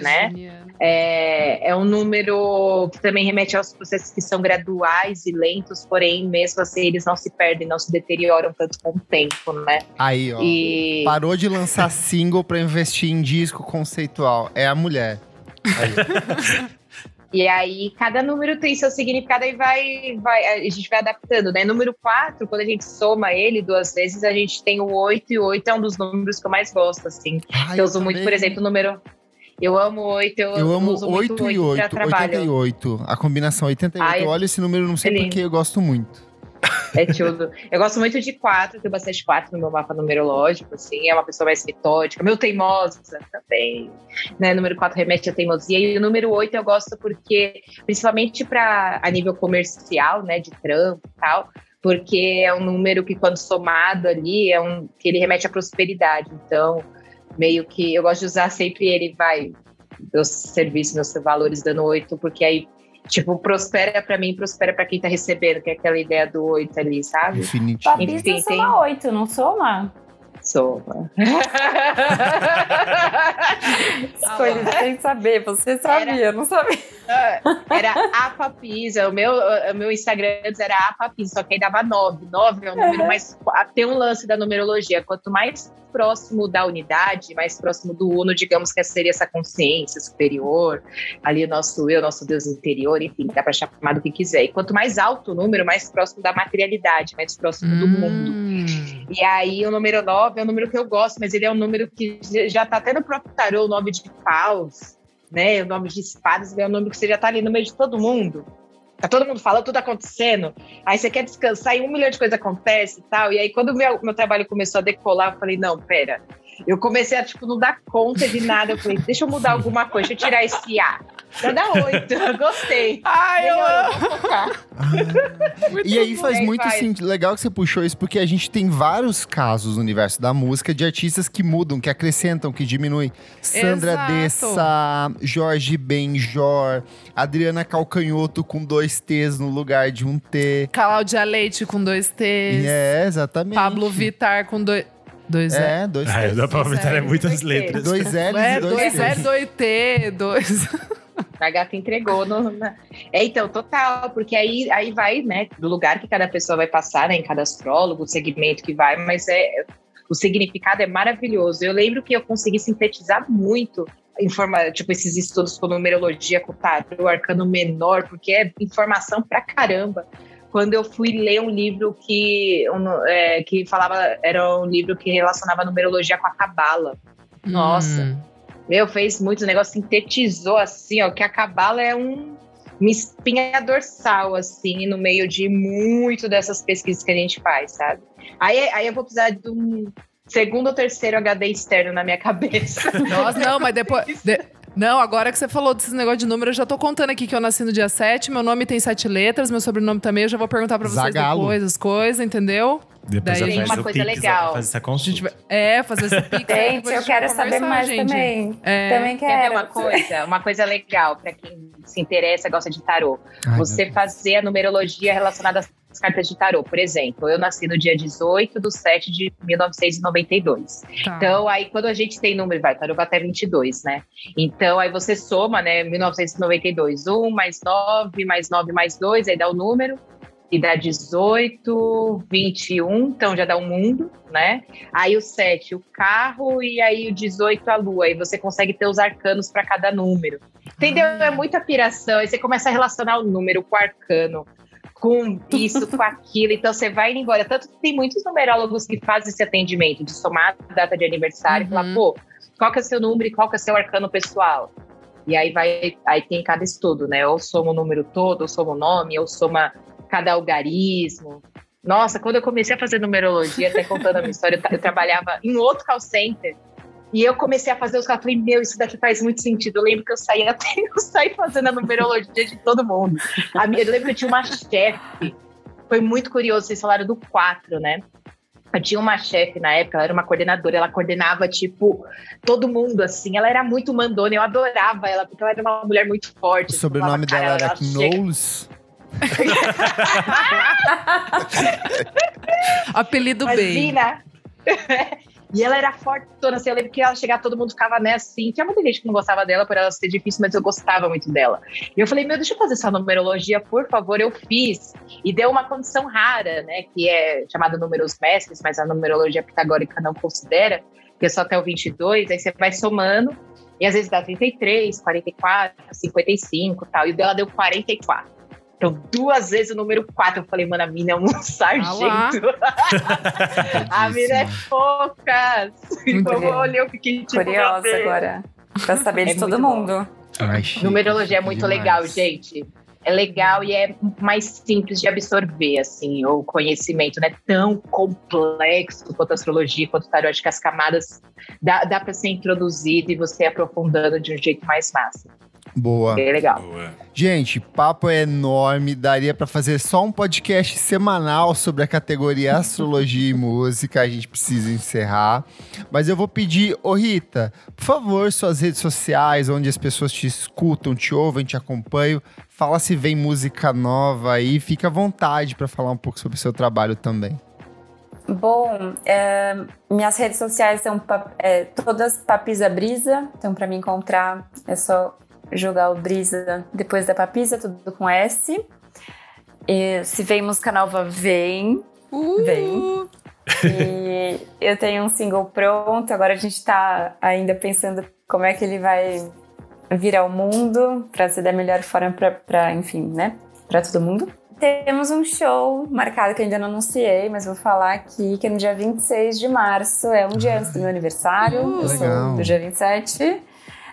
É um número que também remete aos processos que são graduais e lentos, porém, mesmo assim, eles não se perdem, não se deterioram tanto com o tempo, Aí, ó. Parou de lançar single pra investir em disco conceitual. É a mulher. Aí. E aí, cada número tem seu significado e a gente vai adaptando, Número 4, quando a gente soma ele 2 vezes, a gente tem o 8, e o 8 é um dos números que eu mais gosto, assim. Eu uso muito, por exemplo, o número... Eu amo 8, eu amo uso 8 e 8, 88. A combinação 88. Eu olho esse número, não sei porque eu gosto muito. É tudo. Eu gosto muito de 4, tenho bastante 4 no meu mapa numerológico, assim, é uma pessoa mais metódica, meio teimosa também, Número 4 remete à teimosia, e o número 8 eu gosto porque, principalmente a nível comercial, de trampo e tal, porque é um número que, quando somado ali, que ele remete à prosperidade. Então, meio que eu gosto de usar sempre ele, meus serviços, meus valores dando 8, porque aí, prospera pra mim, prospera pra quem tá recebendo, que é aquela ideia do 8 ali, sabe? Definitivo. Papista soma 8, não soma? Soma. Escolhi sem saber, você sabia, eu não sabia. Era a Papisa, o meu Instagram antes era a Papisa, só que aí dava 9. 9 é um número mais... Tem um lance da numerologia, quanto mais próximo da unidade, mais próximo do uno, digamos que seria essa consciência superior, ali o nosso Deus interior, enfim, dá para chamar do que quiser. E quanto mais alto o número, mais próximo da materialidade, mais próximo do mundo. E aí o número 9 é um número que eu gosto, mas ele é um número que já tá até no próprio tarô, o 9 de paus. né? O nome de espadas é um nome que você já tá ali no meio de todo mundo. Tá todo mundo falando, tudo acontecendo. Aí você quer descansar e 1 milhão de coisas acontecem e tal. E aí, quando o meu trabalho começou a decolar, eu falei, não, pera. Eu comecei a, não dar conta de nada. Eu falei, deixa eu mudar alguma coisa, deixa eu tirar esse A. Já dá 8, eu gostei. Ai, eu amo. Vou focar. E aí faz bom. muito sentido. Legal que você puxou isso, porque a gente tem vários casos no universo da música de artistas que mudam, que acrescentam, que diminuem. Sandra Exato. Dessa, Jorge Benjor, Adriana Calcanhoto com 2 T's no lugar de 1 T. Cláudia Leite com 2 T's. É, exatamente. Pablo Vittar com 2 T's. É, 2 T's. Ai, da Pablo Vittar é muitas 2 letras. 2 L's É, e 2 2 T's. L, 2 T, 2... A gata entregou. Então, total, porque aí vai, né, do lugar que cada pessoa vai passar, né, em cada astrólogo, o segmento que vai, mas o significado é maravilhoso. Eu lembro que eu consegui sintetizar muito, esses estudos com numerologia, com tarô, arcano menor, porque é informação pra caramba. Quando eu fui ler um livro que falava, era um livro que relacionava a numerologia com a cabala. Nossa. Fez muito negócio, sintetizou assim, ó, que a cabala é uma espinha dorsal, assim, no meio de muito dessas pesquisas que a gente faz, sabe? Aí eu vou precisar de um 2º ou 3º HD externo na minha cabeça. Nossa, não, mas depois... Não, agora que você falou desses negócios de número, eu já tô contando aqui que eu nasci no dia 7, meu nome tem 7 letras, meu sobrenome também, eu já vou perguntar pra vocês Zagalo. depois as coisas, entendeu? Depois Daí já tem faz uma o coisa Pix, legal. faz essa consulta. Fazer esse pix. Gente, eu quero saber mais também. Também Quer ver quero. uma coisa legal para quem se interessa, gosta de tarô? Ai, Você fazer a numerologia relacionada às cartas de tarô. Por exemplo, eu nasci no dia 18/7 de 1992. Tá. Então, aí quando a gente tem número, tarô vai até 22, né? Então, aí você soma, né, 1992, 1 mais 9, mais 9, mais 2, aí dá o número. E dá 18, 21, então já dá um mundo, né? Aí o 7, o carro, e aí o 18, a lua. Aí você consegue ter os arcanos para cada número. Entendeu? É muita piração. Aí você começa a relacionar o número com o arcano, com isso, com aquilo. Então você vai indo embora. Tanto que tem muitos numerólogos que fazem esse atendimento de somar a data de aniversário e falar, pô, qual que é o seu número e qual que é o seu arcano pessoal? E aí tem cada estudo, né? Ou soma o número todo, ou soma o nome, ou soma cada algarismo. Nossa, quando eu comecei a fazer numerologia, até contando a minha história, eu trabalhava em outro call center, e eu comecei a fazer os cálculos, falei, isso daqui faz muito sentido. Eu lembro que eu saí fazendo a numerologia de todo mundo. Eu lembro que eu tinha uma chefe, foi muito curioso, vocês falaram do 4, né? Eu tinha uma chefe na época, ela era uma coordenadora, ela coordenava, todo mundo, assim. Ela era muito mandona, eu adorava ela, porque ela era uma mulher muito forte. O sobrenome dela era Knowles. Apelido bem. Imagina! E ela era fortona, assim, eu lembro que ela chegava, todo mundo ficava, né, assim. Tinha muita gente que não gostava dela por ela ser difícil, mas eu gostava muito dela. E eu falei, deixa eu fazer essa numerologia, por favor. Eu fiz. E deu uma condição rara, né, que é chamada números mestres, mas a numerologia pitagórica não considera, que é só até o 22, aí você vai somando, e às vezes dá 33, 44, 55 e tal. E o dela deu 44. Então, 2 vezes o número 4. Eu falei, mano, a mina é um sargento. A mina é focas. Então, eu olhei, eu fiquei curiosa agora. Pra saber de todo mundo. Ai, numerologia é muito demais. legal, gente. É legal e é mais simples de absorver, assim, o conhecimento. Não é tão complexo quanto a astrologia, quanto o tarô. Acho que as camadas dá pra ser introduzido e você aprofundando de um jeito mais massa. Boa. É legal. Boa. Gente, papo é enorme, daria pra fazer só um podcast semanal sobre a categoria astrologia e música, a gente precisa encerrar, mas eu vou pedir, Rita, por favor, suas redes sociais, onde as pessoas te escutam, te ouvem, te acompanham, fala se vem música nova aí, fica à vontade pra falar um pouco sobre o seu trabalho também. Bom, minhas redes sociais são todas Papisa Brisa, então pra me encontrar é só jogar o Brisa depois da Papisa, tudo com S. E se vem música nova, vem. Vem. E eu tenho um single pronto, agora a gente tá ainda pensando como é que ele vai virar o mundo, pra ser da melhor forma pra enfim, né, pra todo mundo. Temos um show marcado que eu ainda não anunciei, mas vou falar aqui, que é no dia 26 de março, é um dia antes do meu aniversário, eu legal. sou do dia 27.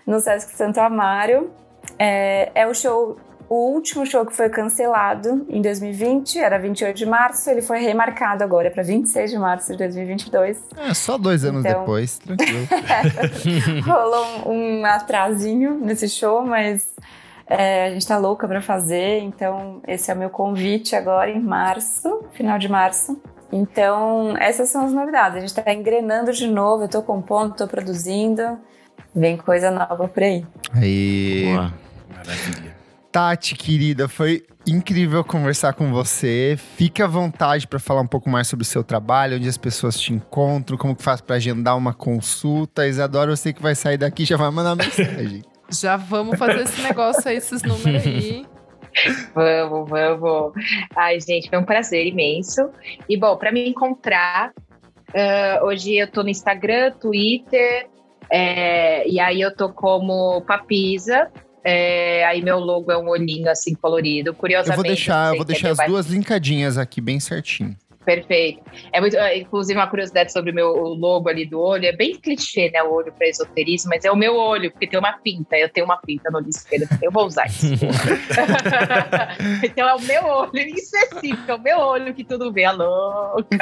no Sesc Santo Amaro. É o último show que foi cancelado em 2020, era 28 de março, ele foi remarcado agora para 26 de março de 2022. Só 2 anos depois, tranquilo. Rolou um atrasinho nesse show, mas a gente tá louca para fazer, então esse é o meu convite agora em março, final de março. Então, essas são as novidades. A gente tá engrenando de novo, eu tô compondo, tô produzindo, vem coisa nova por aí. Aí. Boa. Maravilha. Tati, querida, foi incrível conversar com você. Fique à vontade para falar um pouco mais sobre o seu trabalho, onde as pessoas te encontram, como que faz para agendar uma consulta. Isadora, eu sei que vai sair daqui e já vai mandar mensagem. Já vamos fazer esse negócio aí, esses números aí. Vamos. Ai, gente, foi um prazer imenso. E, bom, para me encontrar, hoje eu tô no Instagram, Twitter, e aí eu tô como Papisa. Aí meu logo é um olhinho assim colorido. Curiosamente, eu vou deixar as duas linkadinhas aqui bem certinho. Perfeito. Inclusive, uma curiosidade sobre o logo ali do olho. É bem clichê, né? O olho para esoterismo, mas é o meu olho, porque tem uma pinta. Eu tenho uma pinta no olho esquerdo. Eu vou usar isso. Então é o meu olho, específico. É o meu olho que tudo vê. A louca.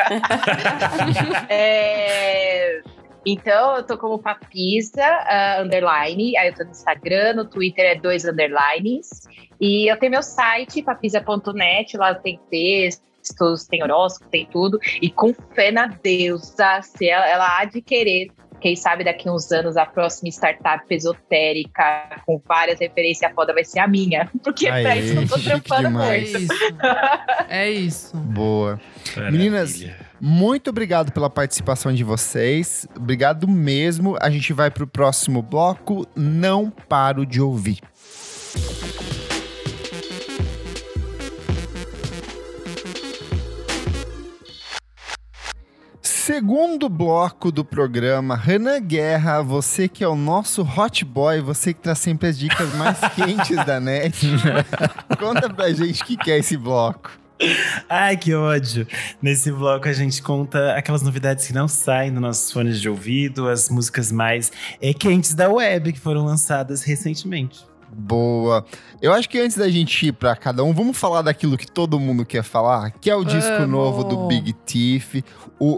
Então, eu tô como Papisa, underline, aí eu tô no Instagram, no Twitter é 2 underlines, e eu tenho meu site, papisa.net, lá tem textos, tem horóscopo, tem tudo, e com fé na deusa, se ela há de querer, quem sabe daqui a uns anos a próxima startup esotérica, com várias referências foda, vai ser a minha, porque pra isso eu tô trampando muito. É isso. Boa. Maravilha. Meninas, muito obrigado pela participação de vocês. Obrigado mesmo. A gente vai pro próximo bloco. Não paro de ouvir. Segundo bloco do programa, Renan Guerra, você que é o nosso hot boy, você que traz sempre as dicas mais quentes da net. Conta pra gente o que é esse bloco. Ai, que ódio! Nesse bloco a gente conta aquelas novidades que não saem nos nossos fones de ouvido, as músicas mais quentes da web que foram lançadas recentemente. Boa. Eu acho que antes da gente ir pra cada um, vamos falar daquilo que todo mundo quer falar, que é o disco novo do Big Thief, o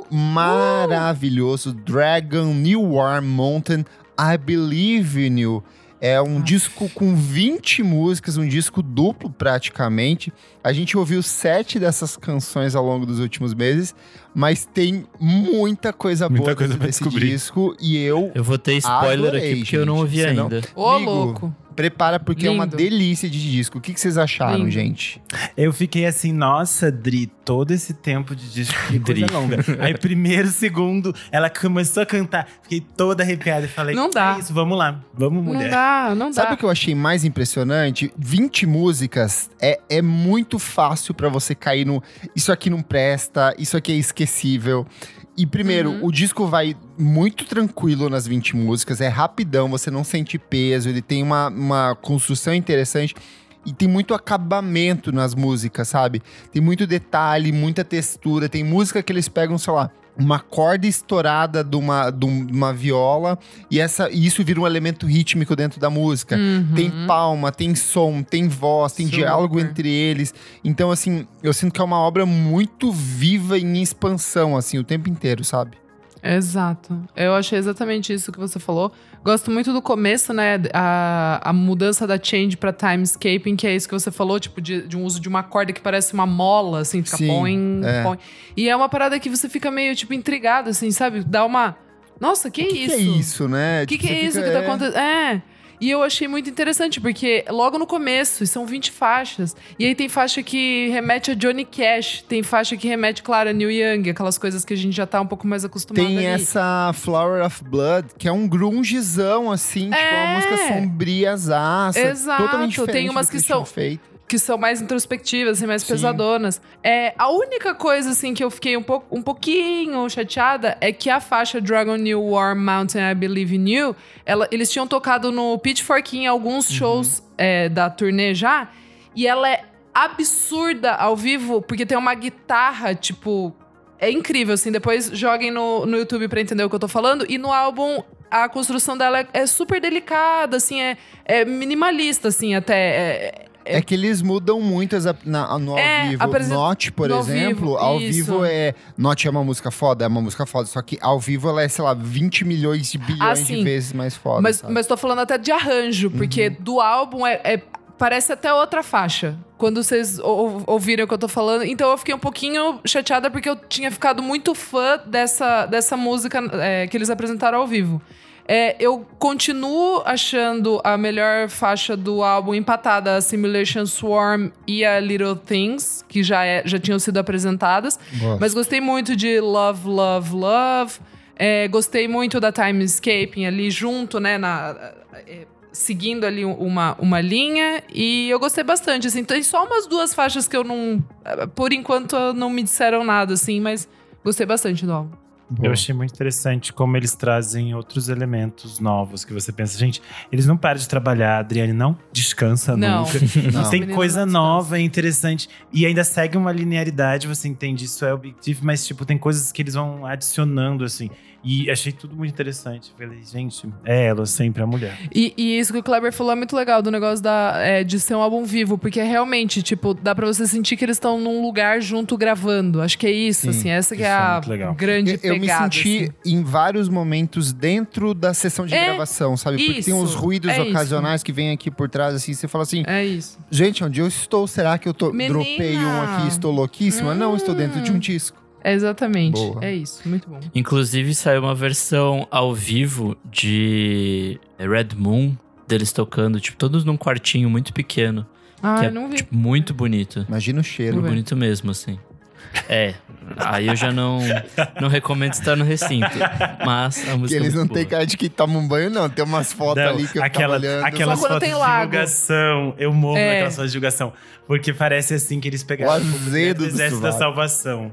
maravilhoso Dragon New Warm Mountain, I Believe in You. É um disco com 20 músicas, um disco duplo praticamente. A gente ouviu 7 dessas canções ao longo dos últimos meses, mas tem muita coisa boa desse disco. E eu vou ter spoiler adorei, aqui, porque eu não ouvi ainda. Ô, Amigo, louco. Prepara, porque Lindo. é uma delícia de disco. O que vocês acharam, Lindo. gente? Eu fiquei assim, nossa, Dri, todo esse tempo de disco, que coisa Dri. longa. Aí, primeiro, segundo, ela começou a cantar. Fiquei toda arrepiada e falei, Não dá. É isso, vamos lá, vamos, mulher. Não dá. Sabe o que eu achei mais impressionante? 20 músicas é muito fácil pra você cair no... Isso aqui não presta, isso aqui é esquecível. E primeiro, o disco vai muito tranquilo nas 20 músicas, é rapidão, você não sente peso, ele tem uma construção interessante e tem muito acabamento nas músicas, sabe? Tem muito detalhe, muita textura, tem música que eles pegam, sei lá, uma corda estourada de uma viola e isso vira um elemento rítmico dentro da música. Tem palma, tem som, tem voz, tem diálogo entre eles. Então, assim, eu sinto que é uma obra muito viva e em expansão, assim, o tempo inteiro, sabe? Exato. Eu achei exatamente isso que você falou. Gosto muito do começo, né? A mudança da change pra timescaping, que é isso que você falou, tipo, de um uso de uma corda que parece uma mola, assim, fica põe. E é uma parada que você fica meio, tipo, intrigado, assim, sabe? Dá uma... Nossa, que é isso? O que é isso, né? O que é isso que tá acontecendo? E eu achei muito interessante, porque logo no começo, são 20 faixas. E aí tem faixa que remete a Johnny Cash, tem faixa que remete, claro, a Neil Young, aquelas coisas que a gente já tá um pouco mais acostumado Tem ali. essa Flower of Blood, que é um grungezão, assim, tipo, uma música sombria, zaça. Exato, Totalmente diferente tem umas do que eles são... tinham feito. Que são mais introspectivas, assim, mais pesadonas. A única coisa, assim, que eu fiquei um pouquinho chateada é que a faixa Dragon New Warm Mountain, I Believe in You, eles tinham tocado no Pitchfork em alguns shows da turnê já, e ela é absurda ao vivo, porque tem uma guitarra, tipo... É incrível, assim, depois joguem no YouTube pra entender o que eu tô falando. E no álbum a construção dela é super delicada, assim, é minimalista, assim, até. É que eles mudam muito no ao vivo. Note, por exemplo, ao vivo Note é uma música foda, só que ao vivo ela é, sei lá, 20 milhões de bilhões de vezes mais foda. Mas tô falando até de arranjo, porque do álbum parece até outra faixa. Quando vocês ouviram o que eu tô falando. Então eu fiquei um pouquinho chateada porque eu tinha ficado muito fã dessa música que eles apresentaram ao vivo. Eu continuo achando a melhor faixa do álbum empatada a Simulation Swarm e a Little Things, que já tinham sido apresentadas. Nossa. Mas gostei muito de Love, Love, Love. Gostei muito da Timescaping ali junto, né? Seguindo ali uma linha. E eu gostei bastante, assim. Tem só umas 2 faixas que eu não... Por enquanto, não me disseram nada, assim. Mas gostei bastante do álbum. Eu achei muito interessante como eles trazem outros elementos novos que você pensa, gente, eles não param de trabalhar, a Adriane não descansa nunca. Não. Tem coisa nova, interessante e ainda segue uma linearidade, você entende, isso é o Big Thief, mas tipo, tem coisas que eles vão adicionando assim. E achei tudo muito interessante. Falei, gente, ela sempre a mulher. E isso que o Kleber falou é muito legal, do negócio de ser um álbum vivo. Porque realmente, tipo, dá pra você sentir que eles estão num lugar junto gravando. Acho que é isso, Sim, assim. Essa que é isso é a muito legal. grande Eu me pegada. senti assim. em vários momentos dentro da sessão de gravação, sabe? Porque tem uns ruídos ocasionais que vêm aqui por trás, assim. Você fala assim, É isso. gente, onde eu estou? Será que eu Menina! dropei um aqui e estou louquíssima? Não, estou dentro de um disco. Exatamente. Boa. É isso. Muito bom. Inclusive, saiu uma versão ao vivo de Red Moon, deles tocando, tipo, todos num quartinho muito pequeno. Ah, que eu não vi. Tipo, muito bonito. Imagina o cheiro. Vou ver. Bonito mesmo, assim. Aí eu já não recomendo estar no recinto. Mas a música Que eles é não muito têm boa. cara de que tomam banho, não. Tem umas fotos Não, ali que eu tava olhando. aquelas Só quando fotos tem de lago. divulgação. Eu morro naquelas fotos de divulgação. Porque parece assim que eles pegaram O azedo do Exército da sovaco. Salvação.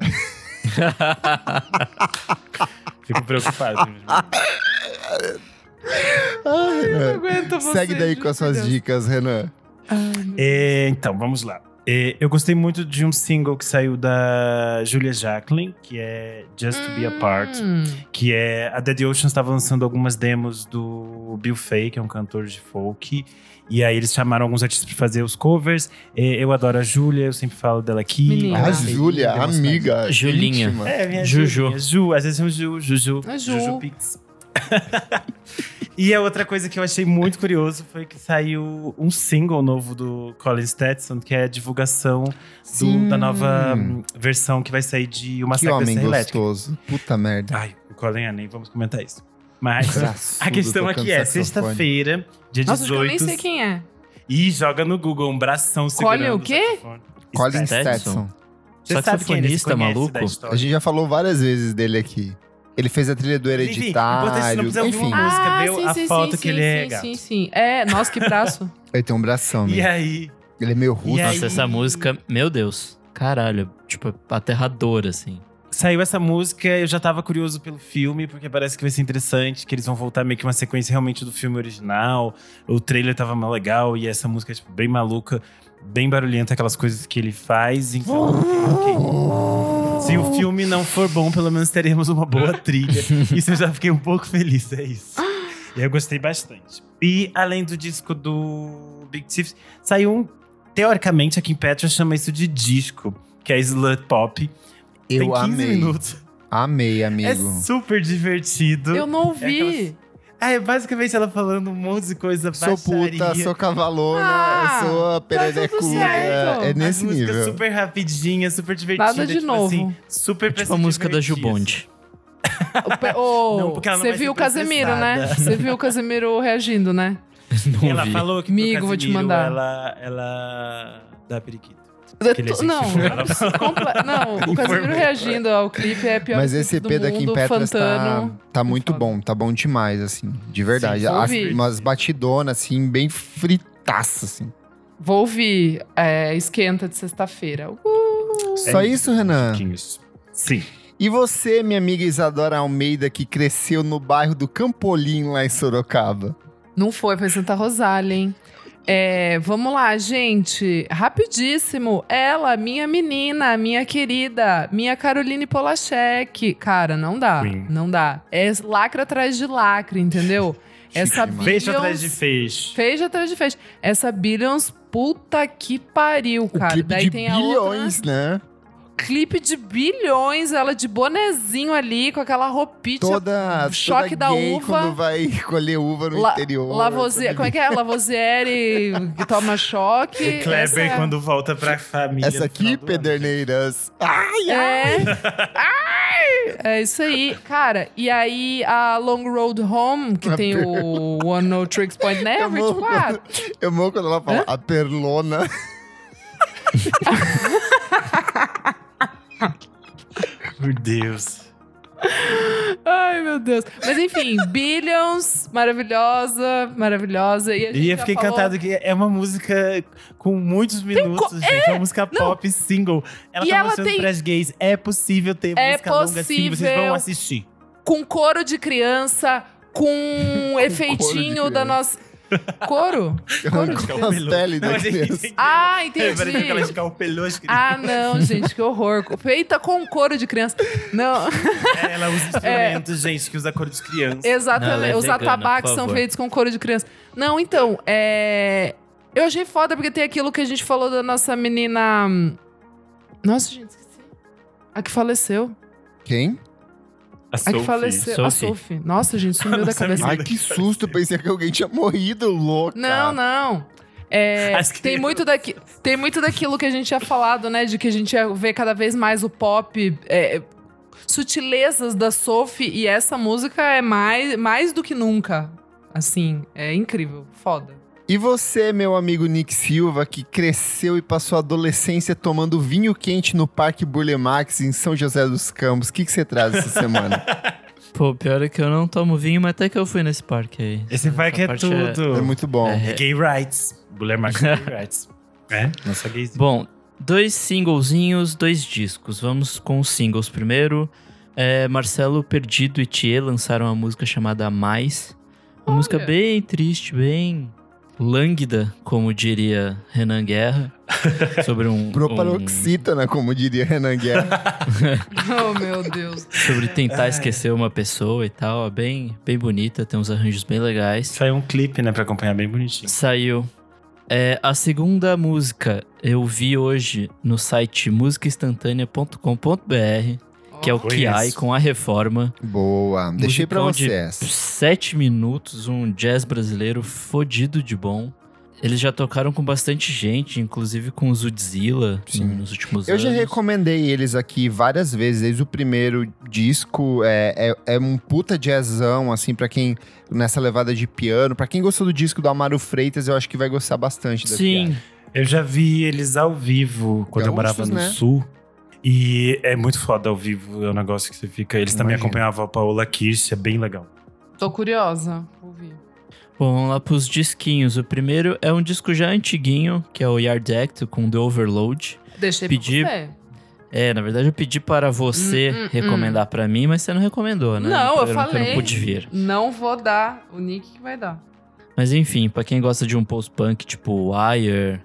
Fico preocupado. Eu não aguento você. Segue daí com as suas dicas, Renan. Então, vamos lá. Eu gostei muito de um single que saiu da Julia Jacqueline, que é Just to Be Apart. Que é... A Dead Ocean estava lançando algumas demos do Bill Fay, que é um cantor de folk. E aí eles chamaram alguns artistas pra fazer os covers. Eu adoro a Júlia, eu sempre falo dela aqui. Menina. A Gostei, Júlia, emocionante. amiga. Julinha. íntima. Minha Juju. Julinha. Ju, às vezes é um Juju. É Ju. Juju Pix. E a outra coisa que eu achei muito curioso foi que saiu um single novo do Colin Stetson, que é a divulgação da nova versão que vai sair de Uma Que Massacre da homem Serra Elétrica. gostoso. Puta merda. Ai, o Colin, nem vamos comentar isso. Mas Braçudo a questão tocando aqui é, saxofone. sexta-feira, dia Nossa, acho que eu 18. nem sei quem é. E joga no Google um bração segurando Colin o quê? saxofone. Colin Stetson. Stetson. Você sabe quem é ele? Você Saxofonista conhece maluco? da história. A gente já falou várias vezes dele aqui. Ele fez a trilha do Enfim, importante, Hereditário. não precisa ouvir Enfim, uma música, viu? A foto que ele é gato. Sim. Nossa, que braço. ele tem um bração, E né? aí, Ele é meio russo. E aí? Nossa, essa música, meu Deus. Caralho, tipo, aterrador, assim. saiu essa música, eu já tava curioso pelo filme, porque parece que vai ser interessante, que eles vão voltar meio que uma sequência realmente do filme original. O trailer tava mal legal e essa música é tipo, bem maluca, bem barulhenta, aquelas coisas que ele faz. Então, ok. Se o filme não for bom, pelo menos teremos uma boa trilha. Isso eu já fiquei um pouco feliz, é isso. E eu gostei bastante. E além do disco do Big Thief, saiu teoricamente, aqui em Petra chama isso de disco, que é Slut Pop. Eu Tem 15 amei. minutos. Amei, É amigo. super divertido. Eu não vi. É basicamente ela falando um monte de coisa Sou baixaria. puta, sou cavalona, Ah, eu sou a tudo pererecuda. certo. É As nesse músicas nível. super rapidinha, super divertida. Nada de tipo novo. Assim, super pra Tipo a se música da divertir, Jubonde. Não, porque ela não Você vai viu ser o Casemiro, né? processada. Você viu o Casemiro reagindo, né? Assim. Ela vi. falou que Amigo, pro vou te Casimiro, mandar. ela dá periquito. Que ele é Não, sensível, ela falou. não, o Casemiro Informei. reagindo ao clipe é a pior Mas clipe esse do EP daqui em mundo, Petras Fantano. tá muito foda. bom, tá bom demais, assim, de verdade. Sim, vou ouvir. Umas batidonas, assim, bem fritaças, assim. Vou ouvir Esquenta de sexta-feira. Só isso, Renan? Chiquinhos. Sim. E você, minha amiga Isadora Almeida, que cresceu no bairro do Campolim, lá em Sorocaba? Não foi Santa Rosália, hein? Vamos lá, gente. Rapidíssimo. Ela, minha menina, minha querida, minha Caroline Polachek. Cara, não dá. Queen. Não dá. É lacre atrás de lacre, entendeu? Essa Fecho atrás de fecho. Fecho atrás de fecho. Essa Billions, puta que pariu, O cara. clipe Daí de tem a outra, bilhões, né? clipe de bilhões, ela de bonezinho ali, com aquela roupinha. Toda choque da gay uva. quando vai colher uva no interior. Lavoisier, como é que é? Lavoisier que toma choque. O Kleber quando volta pra família. Essa no aqui, final do ano. Pederneiras. Ai, ai. É isso aí. Cara, e a Long Road Home, que tem o One No Tricks Point Never, Eu amo quando ela fala a perlona. Meu Deus. Ai, meu Deus. Mas enfim, Billions, maravilhosa. E a gente E eu já fiquei falou- encantado que é uma música com muitos minutos, gente. É uma música pop single. Ela E tá ela mostrando tem- pras gays. É possível ter É música longa assim, vocês vão possível. assistir. Com coro de criança, com efeitinho da nossa... Coro? Com as peles da criança. Ah, Parece que ela entendi. escalpelou as crianças. Ah, não, gente, que horror. Feita com couro de criança. Não, Ela usa instrumentos, gente, que usa cor de criança. Não, ela exatamente. é Os vegana, atabaques por são favor. feitos com couro de criança. Não, então, eu achei foda porque tem aquilo que a gente falou da nossa menina... Nossa, gente, esqueci. A que faleceu. Quem? A que faleceu. A Sophie. Nossa, gente, sumiu da Nossa, cabeça. Ai, que susto. Pensei que alguém tinha morrido, louca. Não. As Tem muito daquilo que a gente tinha falado, né? De que a gente ia ver cada vez mais o pop, sutilezas da Sophie. E essa música é mais do que nunca. Assim, é incrível. Foda. E você, meu amigo Nick Silva, que cresceu e passou a adolescência tomando vinho quente no Parque Burle Marx em São José dos Campos, o que você traz essa semana? Pô, pior é que eu não tomo vinho, mas até que eu fui nesse parque aí. Esse parque é parte tudo. É muito bom. Gay rights. Buller Marx Gay rights. Nossa gayzinha. Bom, 2 singlezinhos, 2 discos. Vamos com os singles primeiro. Marcelo Perdido e Thier lançaram uma música chamada Mais. Uma música bem triste, bem lânguida, como diria Renan Guerra. Sobre Proparoxítona, como diria Renan Guerra. Oh, meu Deus. sobre tentar esquecer uma pessoa e tal. É bem bonita, tem uns arranjos bem legais. Saiu um clipe, né, pra acompanhar bem bonitinho. Saiu. A segunda música eu vi hoje no site musicainstantânea.com.br, que é o Conheço. Kiai com a Reforma. Boa. Deixei pra Musicão você de essa. 7 minutos, um jazz brasileiro fodido de bom. Eles já tocaram com bastante gente, inclusive com o Zudzilla nos últimos Eu anos. já recomendei eles aqui várias vezes, desde o primeiro disco. É um puta jazzão, assim, pra quem... Nessa levada de piano. Pra quem gostou do disco do Amaro Freitas, eu acho que vai gostar bastante da Sim, piada. Eu já vi eles ao vivo quando eu Gaúchos, morava no né? Sul. E é muito foda ao vivo, é um negócio que você fica... Eles também Imagino. acompanhavam a Paola Kirsch, é bem legal. Tô curiosa. Ouvi. Bom, vamos lá pros disquinhos. O primeiro é um disco já antiguinho, que é o Yard Act com The Overload. Deixei Pedi- pra você. Na verdade eu pedi para você recomendar pra mim, mas você não recomendou, né? Não, No eu programa que falei. Eu não pude vir. Não vou dar. O Nick que vai dar. Mas enfim, pra quem gosta de um post-punk tipo Wire,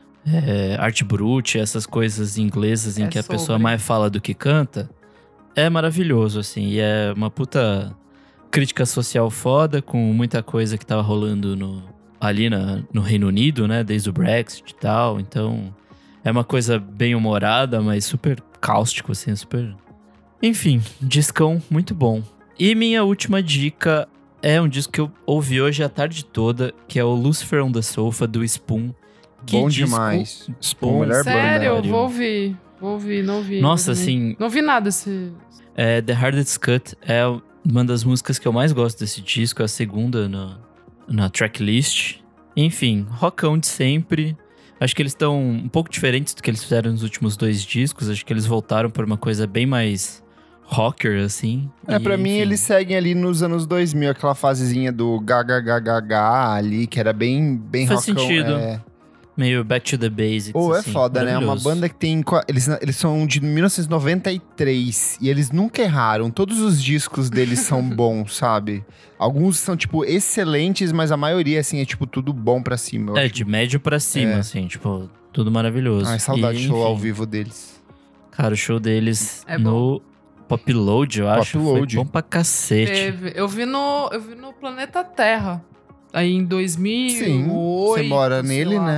Art Brut, essas coisas inglesas em que a pessoa sobre. mais fala do que canta, é maravilhoso, assim. E é uma puta crítica social foda, com muita coisa que tava rolando ali no Reino Unido, né? Desde o Brexit e tal. Então, é uma coisa bem humorada, mas super cáustico, assim, super... Enfim, discão muito bom. E minha última dica é um disco que eu ouvi hoje a tarde toda, que é o Lucifer on the Sofa, do Spoon. Que Bom disco demais. bom. Melhor Sério, banda. eu vou ouvir. Não ouvi. Nossa, não, assim, Não vi nada esse... The Hardest Cut é uma das músicas que eu mais gosto desse disco, é a segunda na tracklist. Enfim, rockão de sempre. Acho que eles estão um pouco diferentes do que eles fizeram nos últimos 2 discos. Acho que eles voltaram por uma coisa bem mais rocker, assim. Pra mim, enfim. eles seguem ali nos anos 2000, aquela fasezinha do gaga ali, que era bem Faz rockão. sentido. Meio back to the basics. Ou assim, é foda, né? É uma maravilhoso. banda que tem... Eles são de 1993 e eles nunca erraram. Todos os discos deles são bons, sabe? Alguns são, tipo, excelentes, mas a maioria, assim, é, tipo, tudo bom pra cima. eu É, acho. de médio pra cima, assim, tipo, tudo maravilhoso. Ai, saudade E, de show enfim, ao vivo deles. Cara, o show deles É no Pop Load, eu acho, Load. foi bom pra cacete. Teve. Eu vi no Planeta Terra. Aí em 2008. Sim, você mora sei nele, lá. né?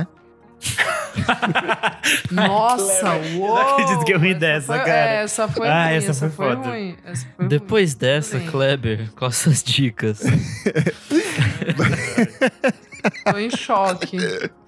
Nossa, Eu uou! não acredito que eu ri dessa, foi, cara. Essa foi ruim, essa foi foda. ruim. Essa foi Depois ruim. dessa, Tudo bem. Kleber, quais suas dicas? Tô em choque.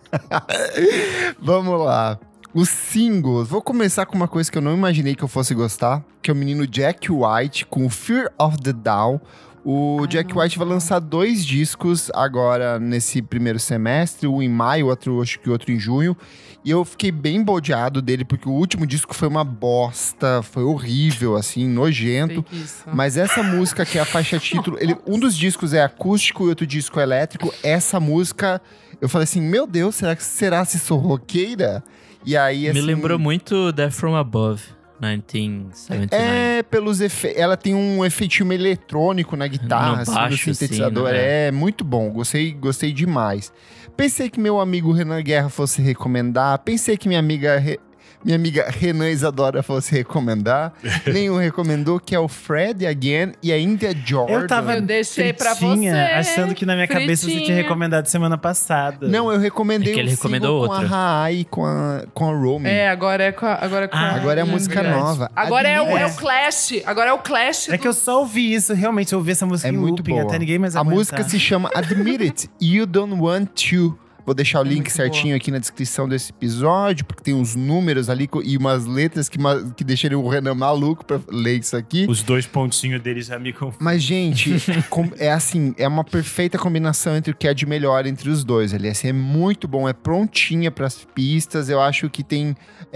Vamos lá. Os singles. Vou começar com uma coisa que eu não imaginei que eu fosse gostar, que é o menino Jack White com Fear of the Down. O Jack White vai lançar 2 discos agora nesse primeiro semestre, um em maio, acho que outro em junho. E eu fiquei bem bodeado dele, porque o último disco foi uma bosta, foi horrível, assim, nojento. Fake isso. Mas essa música, que é a faixa título, um dos discos é acústico e outro disco é elétrico. Essa música, eu falei assim, meu Deus, será se sou roqueira? E aí, assim... Me lembrou muito Death From Above, 1979. É, pelos efeitos. Ela tem um efeitinho meio eletrônico na guitarra, No assim, baixo, no sintetizador. assim, né? É muito bom. Gostei demais. Pensei que meu amigo Renan Guerra fosse recomendar. Pensei que minha amiga Renan Isadora fosse recomendar. Nenhum recomendou, que é o Fred Again e a India Jordan. Eu tava Eu deixei pra fritinha, você, achando que na minha cabeça você tinha fritinha. recomendado semana passada. Não, eu recomendei É que ele um recomendou single com a outra. Rai, com a Romy. É, agora é com a. Agora é a música verdade. nova. Agora é Admira- o Clash. Agora é o Clash. É que eu só ouvi isso, realmente. Eu ouvi essa música É em muito looping, boa. até ninguém mais A aguentar. música se chama Admit It, You Don't Want To. Vou deixar o link muito certinho aqui na descrição desse episódio, porque tem uns números ali e umas letras que deixaram o Renan maluco pra ler isso aqui. Os 2 pontinhos dele já me confundem. Mas, gente, é assim, é uma perfeita combinação entre o que é de melhor entre os dois ali. Assim, é muito bom, é prontinha pras pistas. Eu acho que tem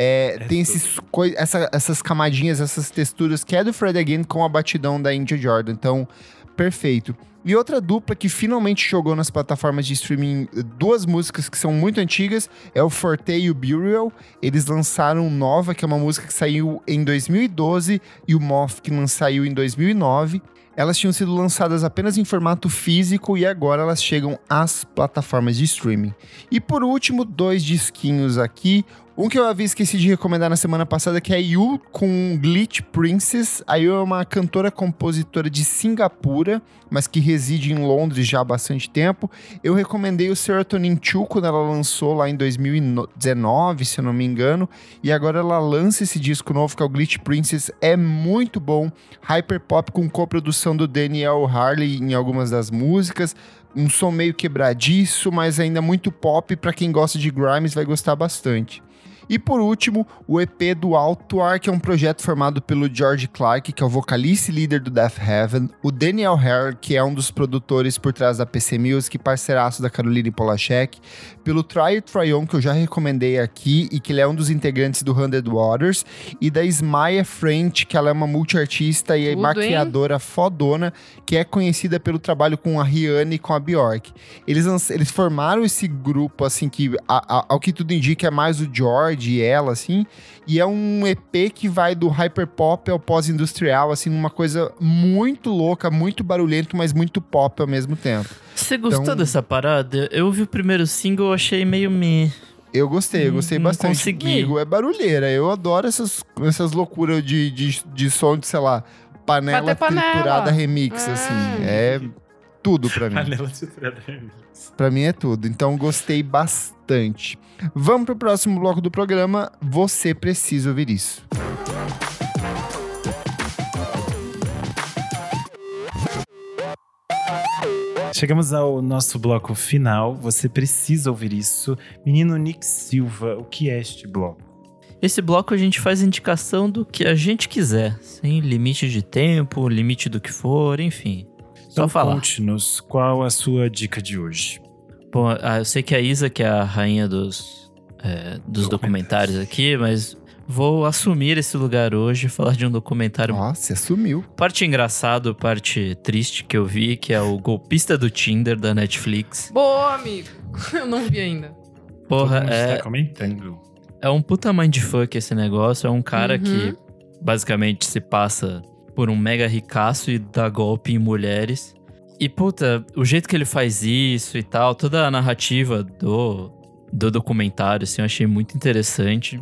essas camadinhas, essas texturas que é do Fred Again com a batidão da India Jordan. Então, perfeito. E outra dupla que finalmente jogou nas plataformas de streaming 2 músicas que são muito antigas é o Forte e o Burial. Eles lançaram Nova, que é uma música que saiu em 2012, e o Moth, que saiu em 2009. Elas tinham sido lançadas apenas em formato físico e agora elas chegam às plataformas de streaming. E por último, 2 disquinhos aqui. Um que eu havia esquecido de recomendar na semana passada, que é You com Glitch Princess. A You é uma cantora-compositora de Singapura, mas que reside em Londres já há bastante tempo. Eu recomendei o Serotonin 2 quando ela lançou lá em 2019, se eu não me engano. E agora ela lança esse disco novo, que é o Glitch Princess. É muito bom. Hyperpop com coprodução do Daniel Harley em algumas das músicas. Um som meio quebradiço, mas ainda muito pop. Pra quem gosta de Grimes, vai gostar bastante. E por último, o EP do Altuar, que é um projeto formado pelo George Clark, que é o vocalista e líder do Death Heaven, o Daniel Hare, que é um dos produtores por trás da PC Music, parceiraço da Caroline Polachek, pelo Try Tryon, que eu já recomendei aqui, e que ele é um dos integrantes do 100 Waters, e da Smaya French, que ela é uma multiartista e Tudo, maquiadora fodona, que é conhecida pelo trabalho com a Rihanna e com a Bjork. Eles formaram esse grupo, assim, que ao que tudo indica é mais o George e ela, assim, e é um EP que vai do hyperpop ao pós-industrial, assim, uma coisa muito louca, muito barulhento, mas muito pop ao mesmo temmo. Você gostou Então- dessa parada? Eu ouvi o primeiro single, achei meio me. Eu gostei Não bastante. consegui. Amigo, é barulheira, eu adoro essas loucuras de som de, sei lá, panela Bater panela. triturada remix, assim, é tudo pra mim. Panela de trada remix. Pra mim é tudo. Então, gostei bastante. Vamos pro próximo bloco do programa. Você precisa ouvir isso. Chegamos ao nosso bloco final. Você precisa ouvir isso. Menino Nick Silva, o que é este bloco? Esse bloco a gente faz indicação do que a gente quiser, sem limite de tempo, limite do que for, enfim. Só Então falar. conte-nos qual a sua dica de hoje. Bom, eu sei que a Isa, que é a rainha dos documentários aqui, mas vou assumir esse lugar hoje e falar de um documentário. Nossa, sumiu. Parte engraçado, parte triste que eu vi, que é o Golpista do Tinder, da Netflix. Boa, amigo. Eu não vi ainda. Porra, Todo mundo tá comentando. é um puta mindfuck esse negócio. É um cara que basicamente se passa por um mega ricaço e dá golpe em mulheres. E, puta, o jeito que ele faz isso e tal, toda a narrativa do documentário, assim, eu achei muito interessante.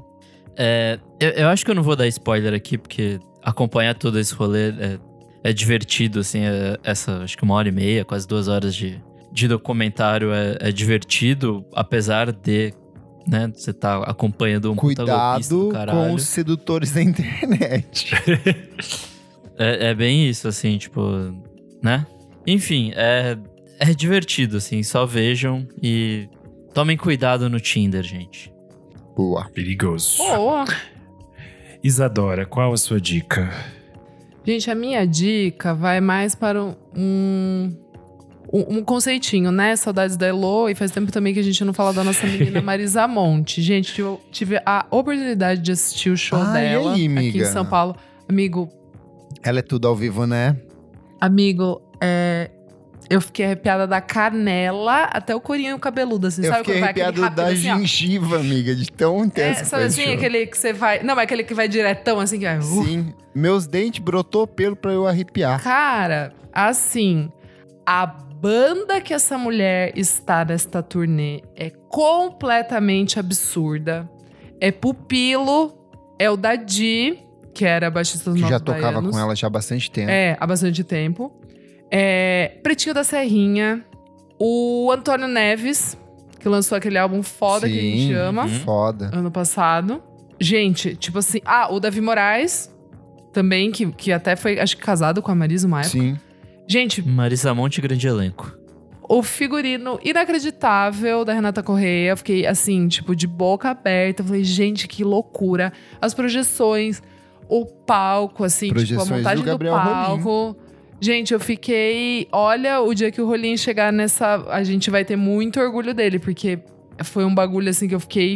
Eu acho que eu não vou dar spoiler aqui, porque acompanhar todo esse rolê é divertido, assim, acho que 1h30, quase 2 horas de documentário é divertido, apesar de, né, você tá acompanhando um puta golpista do Cuidado caralho. com os sedutores da internet. É bem isso, assim, tipo, né? Enfim, é divertido, assim, só vejam e tomem cuidado no Tinder, gente. Boa. Perigoso. Boa. Isadora, qual a sua dica? Gente, a minha dica vai mais para um conceitinho, né? Saudades da Elo, e faz tempo também que a gente não fala da nossa menina Marisa Monte. Gente, eu tive a oportunidade de assistir o show Ah, e dela aí, aqui em amiga? São Paulo. Ela é tudo ao vivo, né? Amigo, eu fiquei arrepiada da canela até o corinho cabeludo, assim. Eu sabe fiquei quando vai aquele arrepiado rápido, da assim, ó? gengiva, amiga, de tão intenso que Sabe foi assim, esse show. aquele que você vai... Não, mas aquele que vai diretão, assim, que vai... Sim, meus dentes brotou pelo pra eu arrepiar. Cara, assim, a banda que essa mulher está nesta turnê é completamente absurda. É Pupilo, é o Dadi, que era baixista dos Que já Novos tocava Baianos. com ela já há bastante tempo. Há bastante tempo. Pretinho da Serrinha, o Antônio Neves, que lançou aquele álbum foda que a gente ama, Foda. ano passado. Gente, tipo assim... Ah, o Davi Moraes, também, que até foi, acho que casado com a Marisa uma época. Sim. Gente, Marisa Monte, grande elenco. o figurino inacreditável da Renata Correia. Fiquei, assim, tipo, de boca aberta. Falei, gente, que loucura. As projeções, o palco, assim, tipo, a Projeções montagem do Gabriel palco. Gente, eu fiquei... Olha, o dia que o Rolim chegar nessa... A gente vai ter muito orgulho dele, porque foi um bagulho, assim, que eu fiquei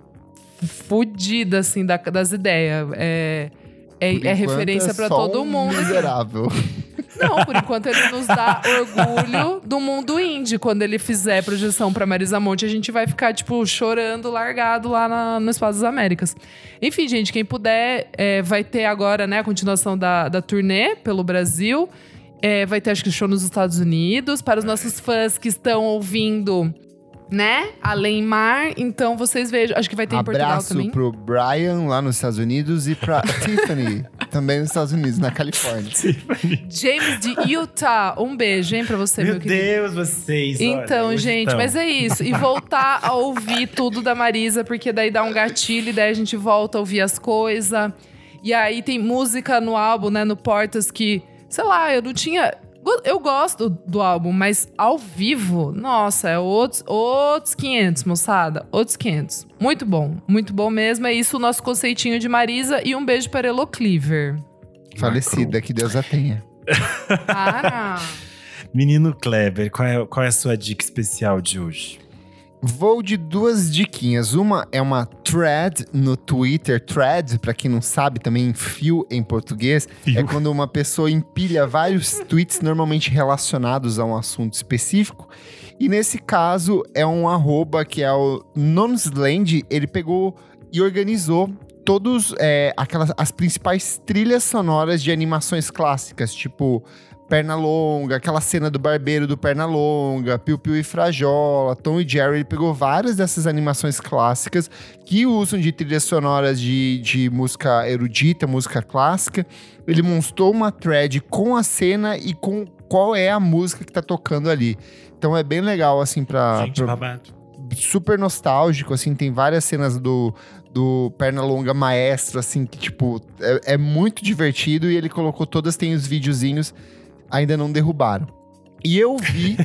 fodida, assim, das ideias. É Por enquanto, referência pra só todo um mundo. miserável. Não, por enquanto ele nos dá orgulho do mundo indie. Quando ele fizer projeção pra Marisa Monte, a gente vai ficar, tipo, chorando, largado lá no Espaço das Américas. Enfim, gente, quem puder, vai ter agora, né, a continuação da turnê pelo Brasil. Vai ter, acho que, show nos Estados Unidos. Para os nossos fãs que estão ouvindo, né, Além Mar. Então, vocês vejam. Acho que vai ter em Portugal Abraço também. pro Brian, lá nos Estados Unidos, e pra Tiffany, também nos Estados Unidos, na Califórnia. James de Utah. Um beijo, hein, pra você, meu Meu querido. Deus, vocês. Então, olha, gente, então. mas é isso. E voltar a ouvir tudo da Marisa, porque daí dá um gatilho e daí a gente volta a ouvir as coisas. E aí tem música no álbum, né, no Portas, que, sei lá, eu não tinha... Eu gosto do álbum, mas ao vivo, nossa, é outros 500, moçada. Outros 500. Muito bom mesmo. É isso o nosso conceitinho de Marisa. E um beijo para Elo Cleaver. Falecida, que Deus a tenha. Para! Menino Kleber, qual é a sua dica especial de hoje? Vou de 2 diquinhas. Uma é uma thread no Twitter. Thread, pra quem não sabe, também fio em português. Fio. É quando uma pessoa empilha vários tweets normalmente relacionados a um assunto específico. E nesse caso, é um @ que é o Nonsland. Ele pegou e organizou todos as principais trilhas sonoras de animações clássicas, tipo Pernalonga, aquela cena do barbeiro do Pernalonga, Piu Piu e Frajola, Tom e Jerry. Ele pegou várias dessas animações clássicas que usam de trilhas sonoras de música erudita, música clássica. Ele montou uma thread com a cena e com qual é a música que tá tocando ali. Então é bem legal, assim, Gente, babado. super nostálgico, assim, tem várias cenas do Pernalonga maestro, assim, que, tipo, é muito divertido, e ele colocou todas, tem os videozinhos, ainda não derrubaram. E eu vi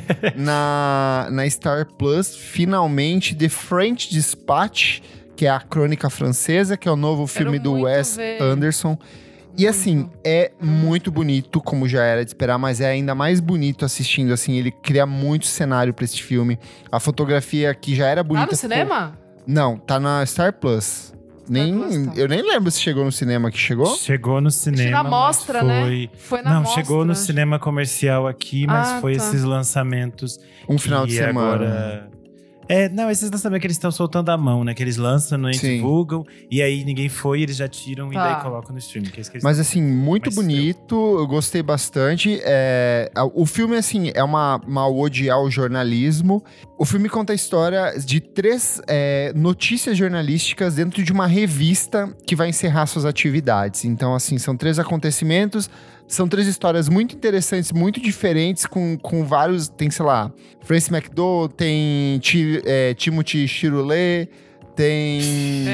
na Star Plus, finalmente, The French Dispatch, que é a crônica francesa, que é o novo filme do muito Wes ver. Anderson. E assim, é muito bonito, como já era de esperar, mas é ainda mais bonito assistindo, assim, ele cria muito cenário pra esse filme. A fotografia que já era bonita... Tá no cinema? Não, tá na Star Plus. Plus, tá. Eu nem lembro se chegou no cinema que chegou. Chegou no cinema, na mostra, mas né? foi... Foi na Não, mostra. chegou no cinema comercial aqui, mas Ah, foi tá. esses lançamentos. Um final de que semana. Agora Não, esses lançamentos que eles estão soltando a mão, né? Que eles lançam, não divulgam, e aí ninguém foi, eles já tiram e daí colocam no streaming. Que é isso que eles Mas assim, muito bonito, eu gostei bastante. O filme, assim, é uma ode ao jornalismo. O filme conta a história de 3 notícias jornalísticas dentro de uma revista que vai encerrar suas atividades. Então, assim, são 3 acontecimentos. São 3 histórias muito interessantes, muito diferentes, com vários... Tem, sei lá, Francis McDowell, tem Timothy Chalamet, tem...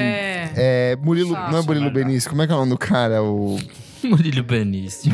Murilo... Não é Murilo Benício, como é que é o nome do cara? Murilo Benício.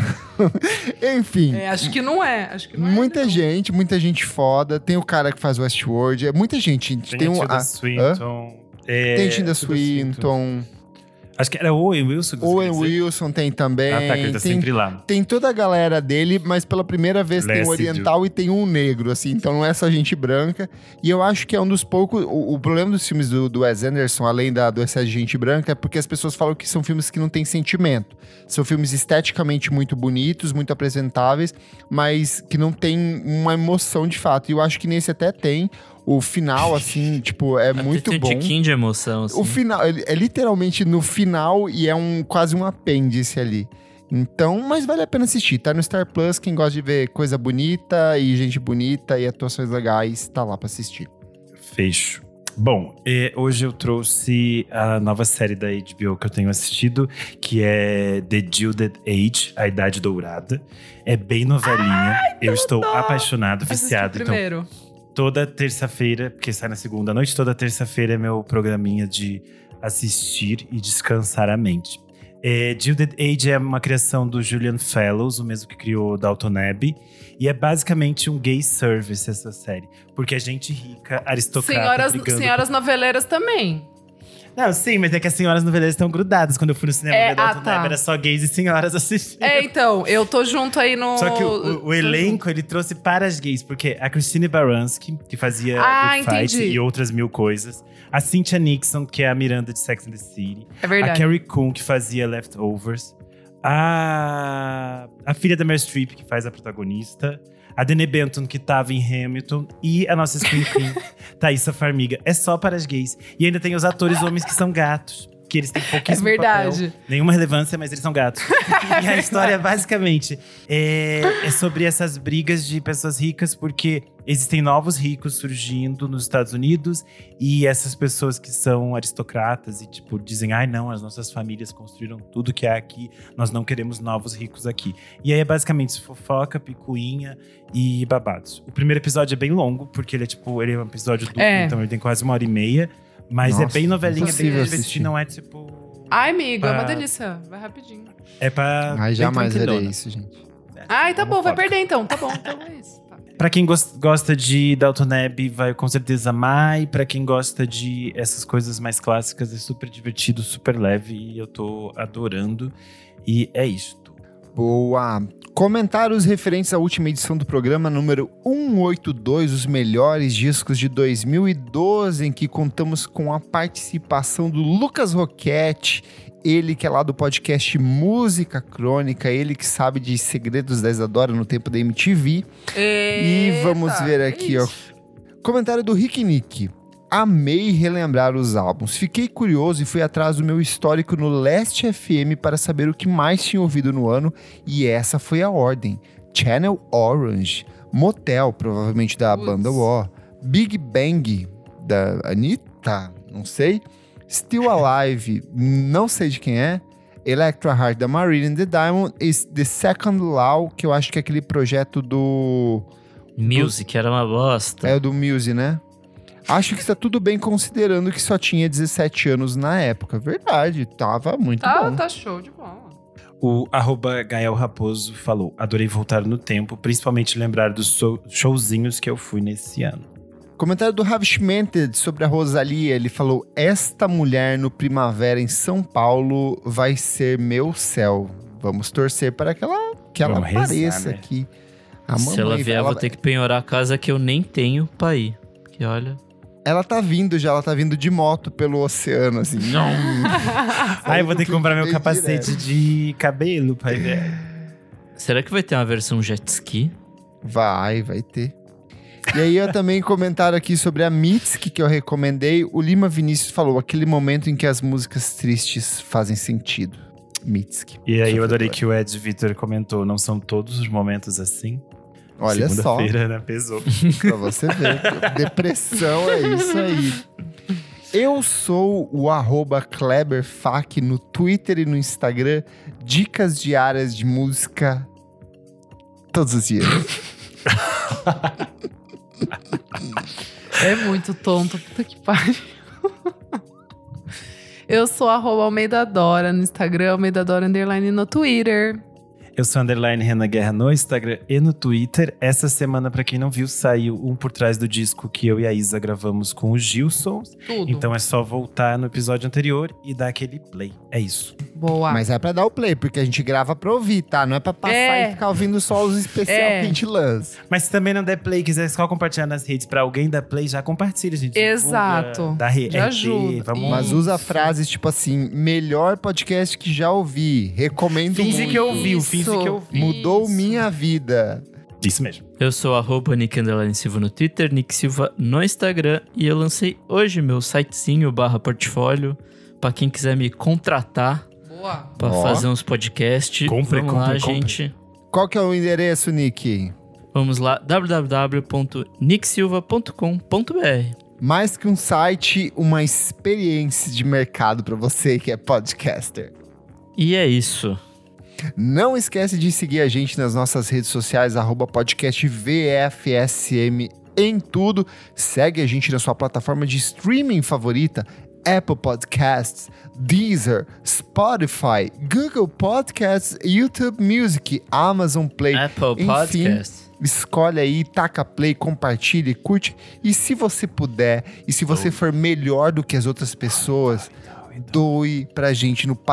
Enfim. Acho que não é. Muita gente foda. Tem o cara que faz Westworld. É muita gente. Tem o Tilda Swinton. Tem Tilda Swinton. Acho que era o Owen Wilson. Owen Wilson tem também. Ah, tá, que ele tá sempre lá. Tem toda a galera dele, mas pela primeira vez tem um oriental e tem um negro, assim. Então não é só gente branca. E eu acho que é um dos poucos... O problema dos filmes do Wes Anderson, além do excesso de gente branca, é porque as pessoas falam que são filmes que não têm sentimento. São filmes esteticamente muito bonitos, muito apresentáveis, mas que não tem uma emoção de fato. E eu acho que nesse até tem. O final, assim, tipo, é muito bom. Tem um tiquinho de emoção, assim. O final, é literalmente no final e é quase um apêndice ali. Então, mas vale a pena assistir. Tá no Star Plus, quem gosta de ver coisa bonita e gente bonita e atuações legais, tá lá pra assistir. Fecho. Bom, hoje eu trouxe a nova série da HBO que eu tenho assistido, que é The Gilded Age, A Idade Dourada. É bem novelinha. Eu estou apaixonado, viciado. Primeiro. Toda terça-feira, porque sai na segunda à noite, toda terça-feira é meu programinha de assistir e descansar a mente. Gilded Age é uma criação do Julian Fellows, o mesmo que criou Downton Abbey. E é basicamente um gay service essa série. Porque é gente rica, aristocrata, Senhoras noveleiras também. Não, sim, mas é que as senhoras noveleiras estão grudadas. Quando eu fui no cinema ver Downton Abbey, era só gays e senhoras assistindo. Então, eu tô junto aí no... Só que o elenco, ele trouxe para as gays. Porque a Christine Baranski, que fazia Good Fight e outras 1000 coisas. A Cynthia Nixon, que é a Miranda de Sex and the City. É verdade. A Carrie Coon, que fazia Leftovers. A filha da Meryl Streep, que faz a protagonista. A Dene Benton, que tava em Hamilton. E a nossa Scream Queen, Thaísa Farmiga. É só para as gays. E ainda tem os atores homens que são gatos. Que eles têm pouquíssimo papel, nenhuma relevância, mas eles são gatos. E a história, basicamente, é sobre essas brigas de pessoas ricas. Porque existem novos ricos surgindo nos Estados Unidos. E essas pessoas que são aristocratas e, tipo, dizem... Ai, não, as nossas famílias construíram tudo que há aqui. Nós não queremos novos ricos aqui. E aí é basicamente fofoca, picuinha e babados. O primeiro episódio é bem longo, porque ele é um episódio duplo. Então ele tem quase 1h30. Mas é bem novelinha, bem divertido, não é tipo... Ai, amigo, é uma delícia. Vai rapidinho. É pra... Ai, jamais verei isso, gente. Ai, tá bom, vai perder então. Tá bom, então é isso. Tá. Pra quem gosta de Downton Abbey, vai com certeza amar. E pra quem gosta de essas coisas mais clássicas, é super divertido, super leve. E eu tô adorando. E é isto. Boa! Comentários referentes à última edição do programa número 182, os melhores discos de 2012, em que contamos com a participação do Lucas Roquette, ele que é lá do podcast Música Crônica, ele que sabe de segredos da Isadora no tempo da MTV. E vamos ver aqui, ó. Comentário do Rick Nick. Amei relembrar os álbuns. Fiquei curioso e fui atrás do meu histórico no Last FM para saber o que mais tinha ouvido no ano, e essa foi a ordem. Channel Orange, Motel, provavelmente da banda War, Big Bang, da Anitta, não sei, Still Alive, não sei de quem é, Electra Heart, da Marilyn and the Diamond, e The Second Law, que eu acho que é aquele projeto do... Music, era uma bosta. É do Music, né? Acho que está tudo bem considerando que só tinha 17 anos na época. Verdade, tava muito bom. Tá show de bola. O @Gael Raposo falou: adorei voltar no tempo, principalmente lembrar dos showzinhos que eu fui nesse ano. Comentário do Ravi Schmented sobre a Rosalia. Ele falou: esta mulher no Primavera em São Paulo vai ser meu céu. Vamos torcer para que ela apareça aqui. Se ela vier, vou ter que penhorar a casa que eu nem tenho pra ir. Porque olha... Ela tá vindo de moto pelo oceano, assim. Ai, eu vou ter que comprar meu capacete de cabelo pra ver. Será que vai ter uma versão jet ski? Vai ter. E aí eu também comentaram aqui sobre a Mitski, que eu recomendei. O Lima Vinícius falou, aquele momento em que as músicas tristes fazem sentido. Mitski. E aí eu adorei que o Ed Vitor comentou, não são todos os momentos assim? Olha só, Segunda-feira, né? Pesou. pra você ver. Depressão é isso aí. Eu sou o @KleberFac no Twitter e no Instagram. Dicas diárias de música todos os dias. É muito tonto, puta que pariu. Eu sou @Almeida Dora no Instagram, Almeida Dora _ no Twitter. Eu sou _Renan Guerra no Instagram e no Twitter. Essa semana, pra quem não viu, saiu um por trás do disco que eu e a Isa gravamos com o Gilson. Tudo. Então é só voltar no episódio anterior e dar aquele play. É isso. Boa. Mas é pra dar o play, porque a gente grava pra ouvir, tá? Não é pra passar e ficar ouvindo só os especiais que a gente lança. Mas se também não der play, quiser só compartilhar nas redes pra alguém dar play, já compartilha, gente. Exato. Dá Já ajuda. Vamos. Mas usa frases tipo assim, melhor podcast que já ouvi, recomendo Finge muito. que ouviu, finge Isso. que ouviu. Mudou Isso. minha vida. Isso mesmo. Eu sou @Nick_Silva no Twitter, Nick Silva no Instagram. E eu lancei hoje meu sitezinho /portfólio pra quem quiser me contratar Boa. pra Ó. fazer uns podcasts. Compre, Vamos lá, compre, compre. gente. Qual que é o endereço, Nick? Vamos lá, www.nicksilva.com.br. Mais que um site, uma experiência de mercado pra você que é podcaster. E é isso. Não esquece de seguir a gente nas nossas redes sociais, @podcastvfsm em tudo. Segue a gente na sua plataforma de streaming favorita, Apple Podcasts, Deezer, Spotify, Google Podcasts, YouTube Music, Amazon Play. Apple Enfim, Podcast. escolhe aí, taca play, compartilha, curte. E se você puder, e se você for melhor do que as outras pessoas, doe pra gente no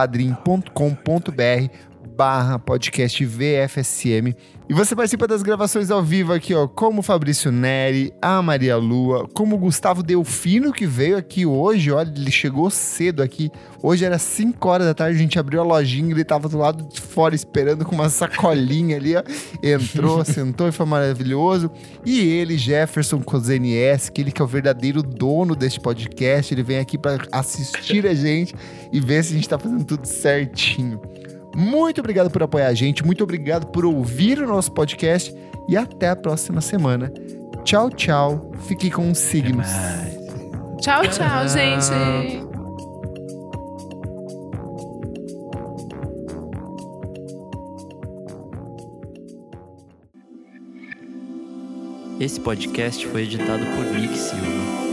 padrim.com.br/podcast VFSM. E você participa das gravações ao vivo aqui, ó, como o Fabrício Neri, a Maria Lua, como o Gustavo Delfino, que veio aqui hoje, olha, ele chegou cedo aqui. Hoje era 5 horas da tarde, a gente abriu a lojinha, ele tava do lado de fora esperando com uma sacolinha ali, ó. Entrou, sentou e foi maravilhoso. E ele, Jefferson Cozenies, aquele que é o verdadeiro dono deste podcast, ele vem aqui para assistir a gente e ver se a gente tá fazendo tudo certinho. Muito obrigado por apoiar a gente, muito obrigado por ouvir o nosso podcast e até a próxima semana. Tchau, tchau. Fique com os signos. Tchau, tchau, gente. Esse podcast foi editado por Nick Silva.